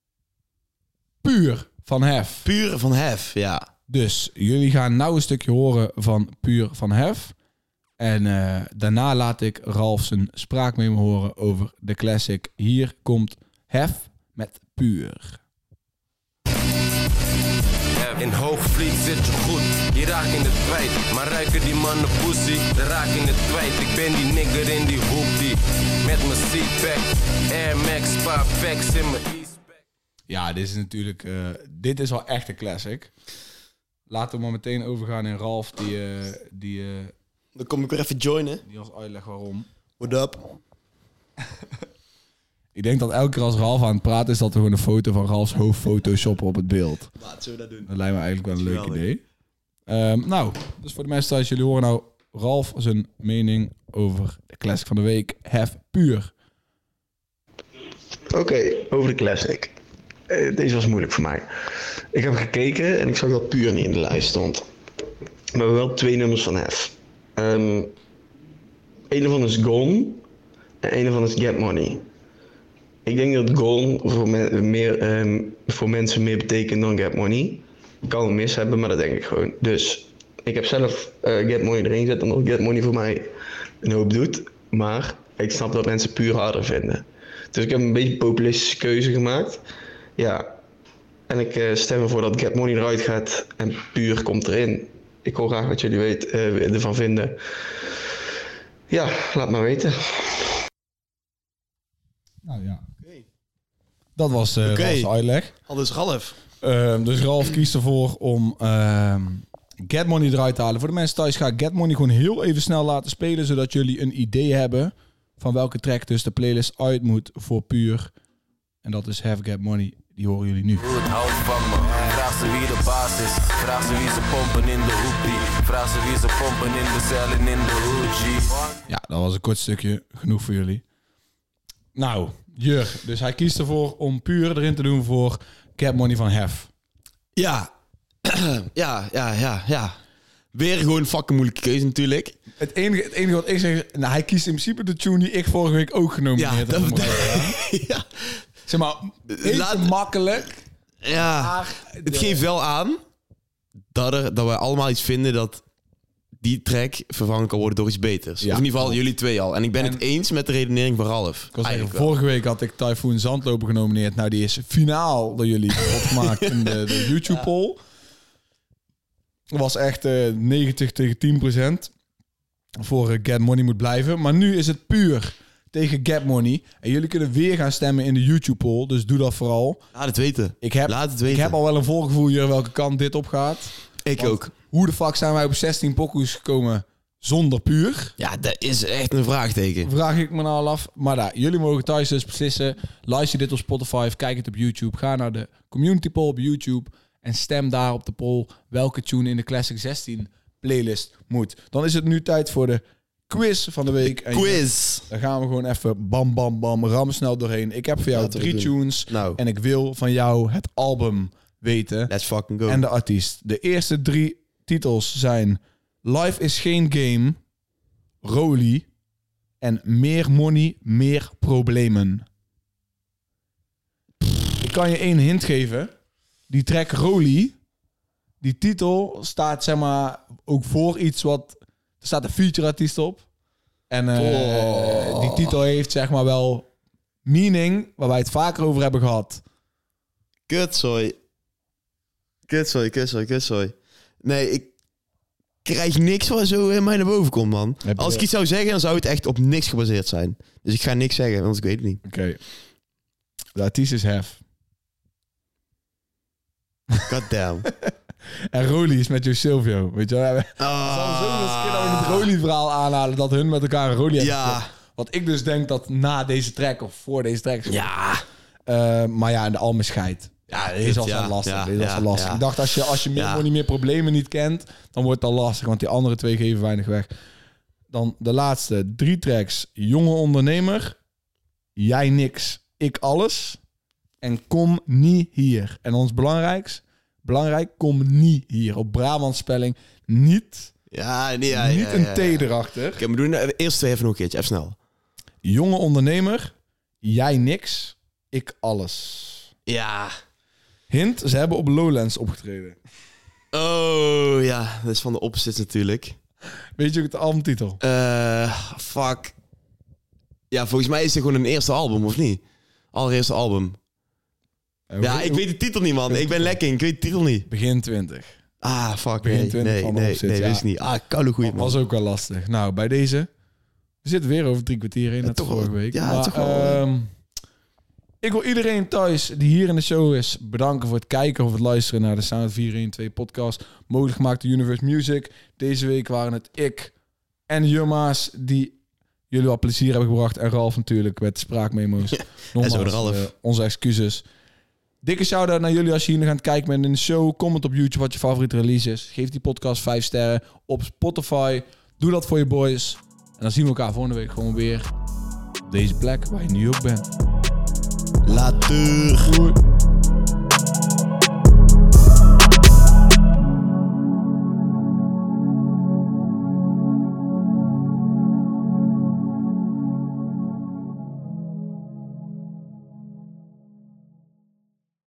Puur van Hef. Puur van Hef, ja. Dus jullie gaan nou een stukje horen van Puur van Hef. En uh, daarna laat ik Ralf zijn spraakmemo horen over de classic. Hier komt Hef met Puur. In Hoogvliet zit je goed, je raakt in de kwijt. Maar ruiken die mannen pussy, dan raak in het kwijt. Ik ben die nigger in die hoek die met mijn C-pack, Air Max, paar packs in mijn E-spec. Ja, dit is natuurlijk, uh, dit is wel echt een classic. Laten we maar meteen overgaan in Ralf, die, uh, die, uh, Dan kom ik weer even joinen. die ons uitlegt waarom. What up? Ik denk dat elke keer als Ralf aan het praten is, dat we gewoon een foto van Ralfs hoofd photoshoppen op het beeld. Wat zullen we dat doen? Dat lijkt me eigenlijk wel een leuk Geweldig. idee. Um, nou, dus voor de mensen thuis, jullie horen nou Ralf zijn mening over de classic van de week. Hef Puur. Oké, okay, over de classic. Uh, deze was moeilijk voor mij. Ik heb gekeken en ik zag dat Puur niet in de lijst stond. Maar wel twee nummers van Hef. Um, een ervan is Gone en een ervan is Get Money. Ik denk dat Gone voor, me- meer, um, voor mensen meer betekent dan Get Money. Ik kan het mis hebben, maar dat denk ik gewoon. Dus ik heb zelf uh, Get Money erin gezet, omdat Get Money voor mij een hoop doet. Maar ik snap dat mensen Puur harder vinden. Dus ik heb een beetje een populistische keuze gemaakt. Ja, en ik uh, stem ervoor dat Get Money eruit gaat en Puur komt erin. Ik hoor graag wat jullie weet, uh, ervan vinden. Ja, laat maar weten. Nou ja. Okay. Dat was uh, okay. Ralf's uitleg. Al is Ralf. Uh, dus Ralf kiest ervoor om uh, Get Money eruit te halen. Voor de mensen thuis ga ik Get Money gewoon heel even snel laten spelen, zodat jullie een idee hebben van welke track dus de playlist uit moet voor Puur. En dat is Have Get Money. Die horen jullie nu. Hoe het houdt van me. Vraag ze wie de baas is. Vraag ze wie ze pompen in de hoepie. Vraag ze wie ze pompen in de cel en in de hoodie. Ja, dat was een kort stukje. Genoeg voor jullie. Nou, Jur. Dus hij kiest ervoor om Puur erin te doen voor Get Money van Hef. Ja. ja, ja, ja, ja. Weer gewoon een fucking moeilijke keuze natuurlijk. Het enige, het enige wat ik zeg... Nou, hij kiest in principe de tune die ik vorige week ook genomineerd Ja, heb. dat, ja. Zeg maar, beetje Laat- makkelijk. ja. Maar Het de- geeft wel aan dat, er, dat we allemaal iets vinden dat die track vervangen kan worden door iets beters. Ja, of in ieder geval klopt. jullie twee al. En ik ben En- het eens met de redenering van Ralf. Ik was zeggen, Eigenlijk wel. vorige week had ik Typhoon Zandlopen genomineerd. Nou, die is finaal door jullie opgemaakt in de, de YouTube-poll. Dat was echt uh, negentig tegen tien procent voor uh, Get Money moet blijven. Maar nu is het Puur tegen Get Money. En jullie kunnen weer gaan stemmen in de YouTube-poll. Dus doe dat vooral. Laat het weten. Ik heb, Laat het weten. ik heb al wel een voorgevoel hier welke kant dit op gaat. Ik Want ook. Hoe de fuck zijn wij op zestien pokoes gekomen zonder Puur? Ja, dat is echt een vraagteken. Vraag ik me nou al af. Maar daar, jullie mogen thuis dus beslissen. Luister dit op Spotify, kijk het op YouTube. Ga naar de community poll op YouTube en stem daar op de poll welke tune in de Classic zestien playlist moet. Dan is het nu tijd voor de quiz van de week. En Quiz. daar gaan we gewoon even bam bam bam rammen snel doorheen. Ik heb voor jou Laten we drie doen. tunes Nou. en ik wil van jou het album weten Let's fucking go. en de artiest. De eerste drie titels zijn Life is geen game, Roly en Meer money, meer problemen. Ik kan je één hint geven. Die track Roly, die titel staat zeg maar ook voor iets wat... Er staat een feature artiest op. En eh, Oh. die titel heeft zeg maar wel meaning, waar wij het vaker over hebben gehad. Kutzooi. Kutzooi, kutzooi, kutzooi. Nee, ik krijg niks wat zo in mij naar boven komt, man. Heb je- Als ik iets zou zeggen, dan zou het echt op niks gebaseerd zijn. Dus ik ga niks zeggen, want ik weet het niet. Oké. De artiest is Hef. God damn. En Roly is met Joe Silvio. Weet je wel? We Ah. zouden zo eens een keer dat we het Roly-verhaal aanhalen, dat hun met elkaar een Roly hebben Ja. gekocht. Wat ik dus denk dat na deze track of voor deze track... is. Ja. Uh, maar ja, en de Alme scheidt. Ja, deze was ja, wel lastig. ja, deze was ja, wel lastig. ja. Ik dacht, als je, als je meer Ja. money, meer problemen niet kent, dan wordt het al lastig. Want die andere twee geven weinig weg. Dan de laatste drie tracks. Jonge ondernemer. Jij niks, ik alles. En kom niet hier. En ons belangrijkst. belangrijk, kom niet hier. Op Brabants spelling niet, Ja, nee, ja, niet ja, een ja, T ja. erachter. Oké, maar doen we eerst even nog een keertje, even snel. Jonge ondernemer, jij niks, ik alles. Ja. Hint, ze hebben op Lowlands opgetreden. Oh, ja. Dat is van de opzet natuurlijk. Weet je ook de albumtitel? Eh, fuck. Ja, volgens mij is het gewoon een eerste album, of niet? Allereerste album. Ja, ik weet de titel niet, man. Ik ben lekker, ik weet de titel niet. Begin twintig. Ah, fuck. Begin Nee, twintig nee, van de nee, opzet, nee, ja. wist ik niet. Ah, koude goeie, man. Was ook wel lastig. Nou, bij deze... We zitten weer over drie kwartier heen, Ja, net toch vorige wel. week. Ja, maar, toch wel, hè. ehm, ik wil iedereen thuis die hier in de show is bedanken voor het kijken of het luisteren naar de Sound vier een twee podcast. Mogelijk gemaakt door Universe Music. Deze week waren het ik en Jumma's die jullie wat plezier hebben gebracht. En Ralf natuurlijk met de spraakmemo's. Ja, Nogmaals, en zo Ralf. eh, onze excuses. Dikke shout-out naar jullie als je hier nog aan het kijken bent in de show. Comment op YouTube wat je favoriete release is. Geef die podcast vijf sterren op Spotify. Doe dat voor je boys. En dan zien we elkaar volgende week gewoon weer op deze plek waar je nu ook bent. Later. Doei.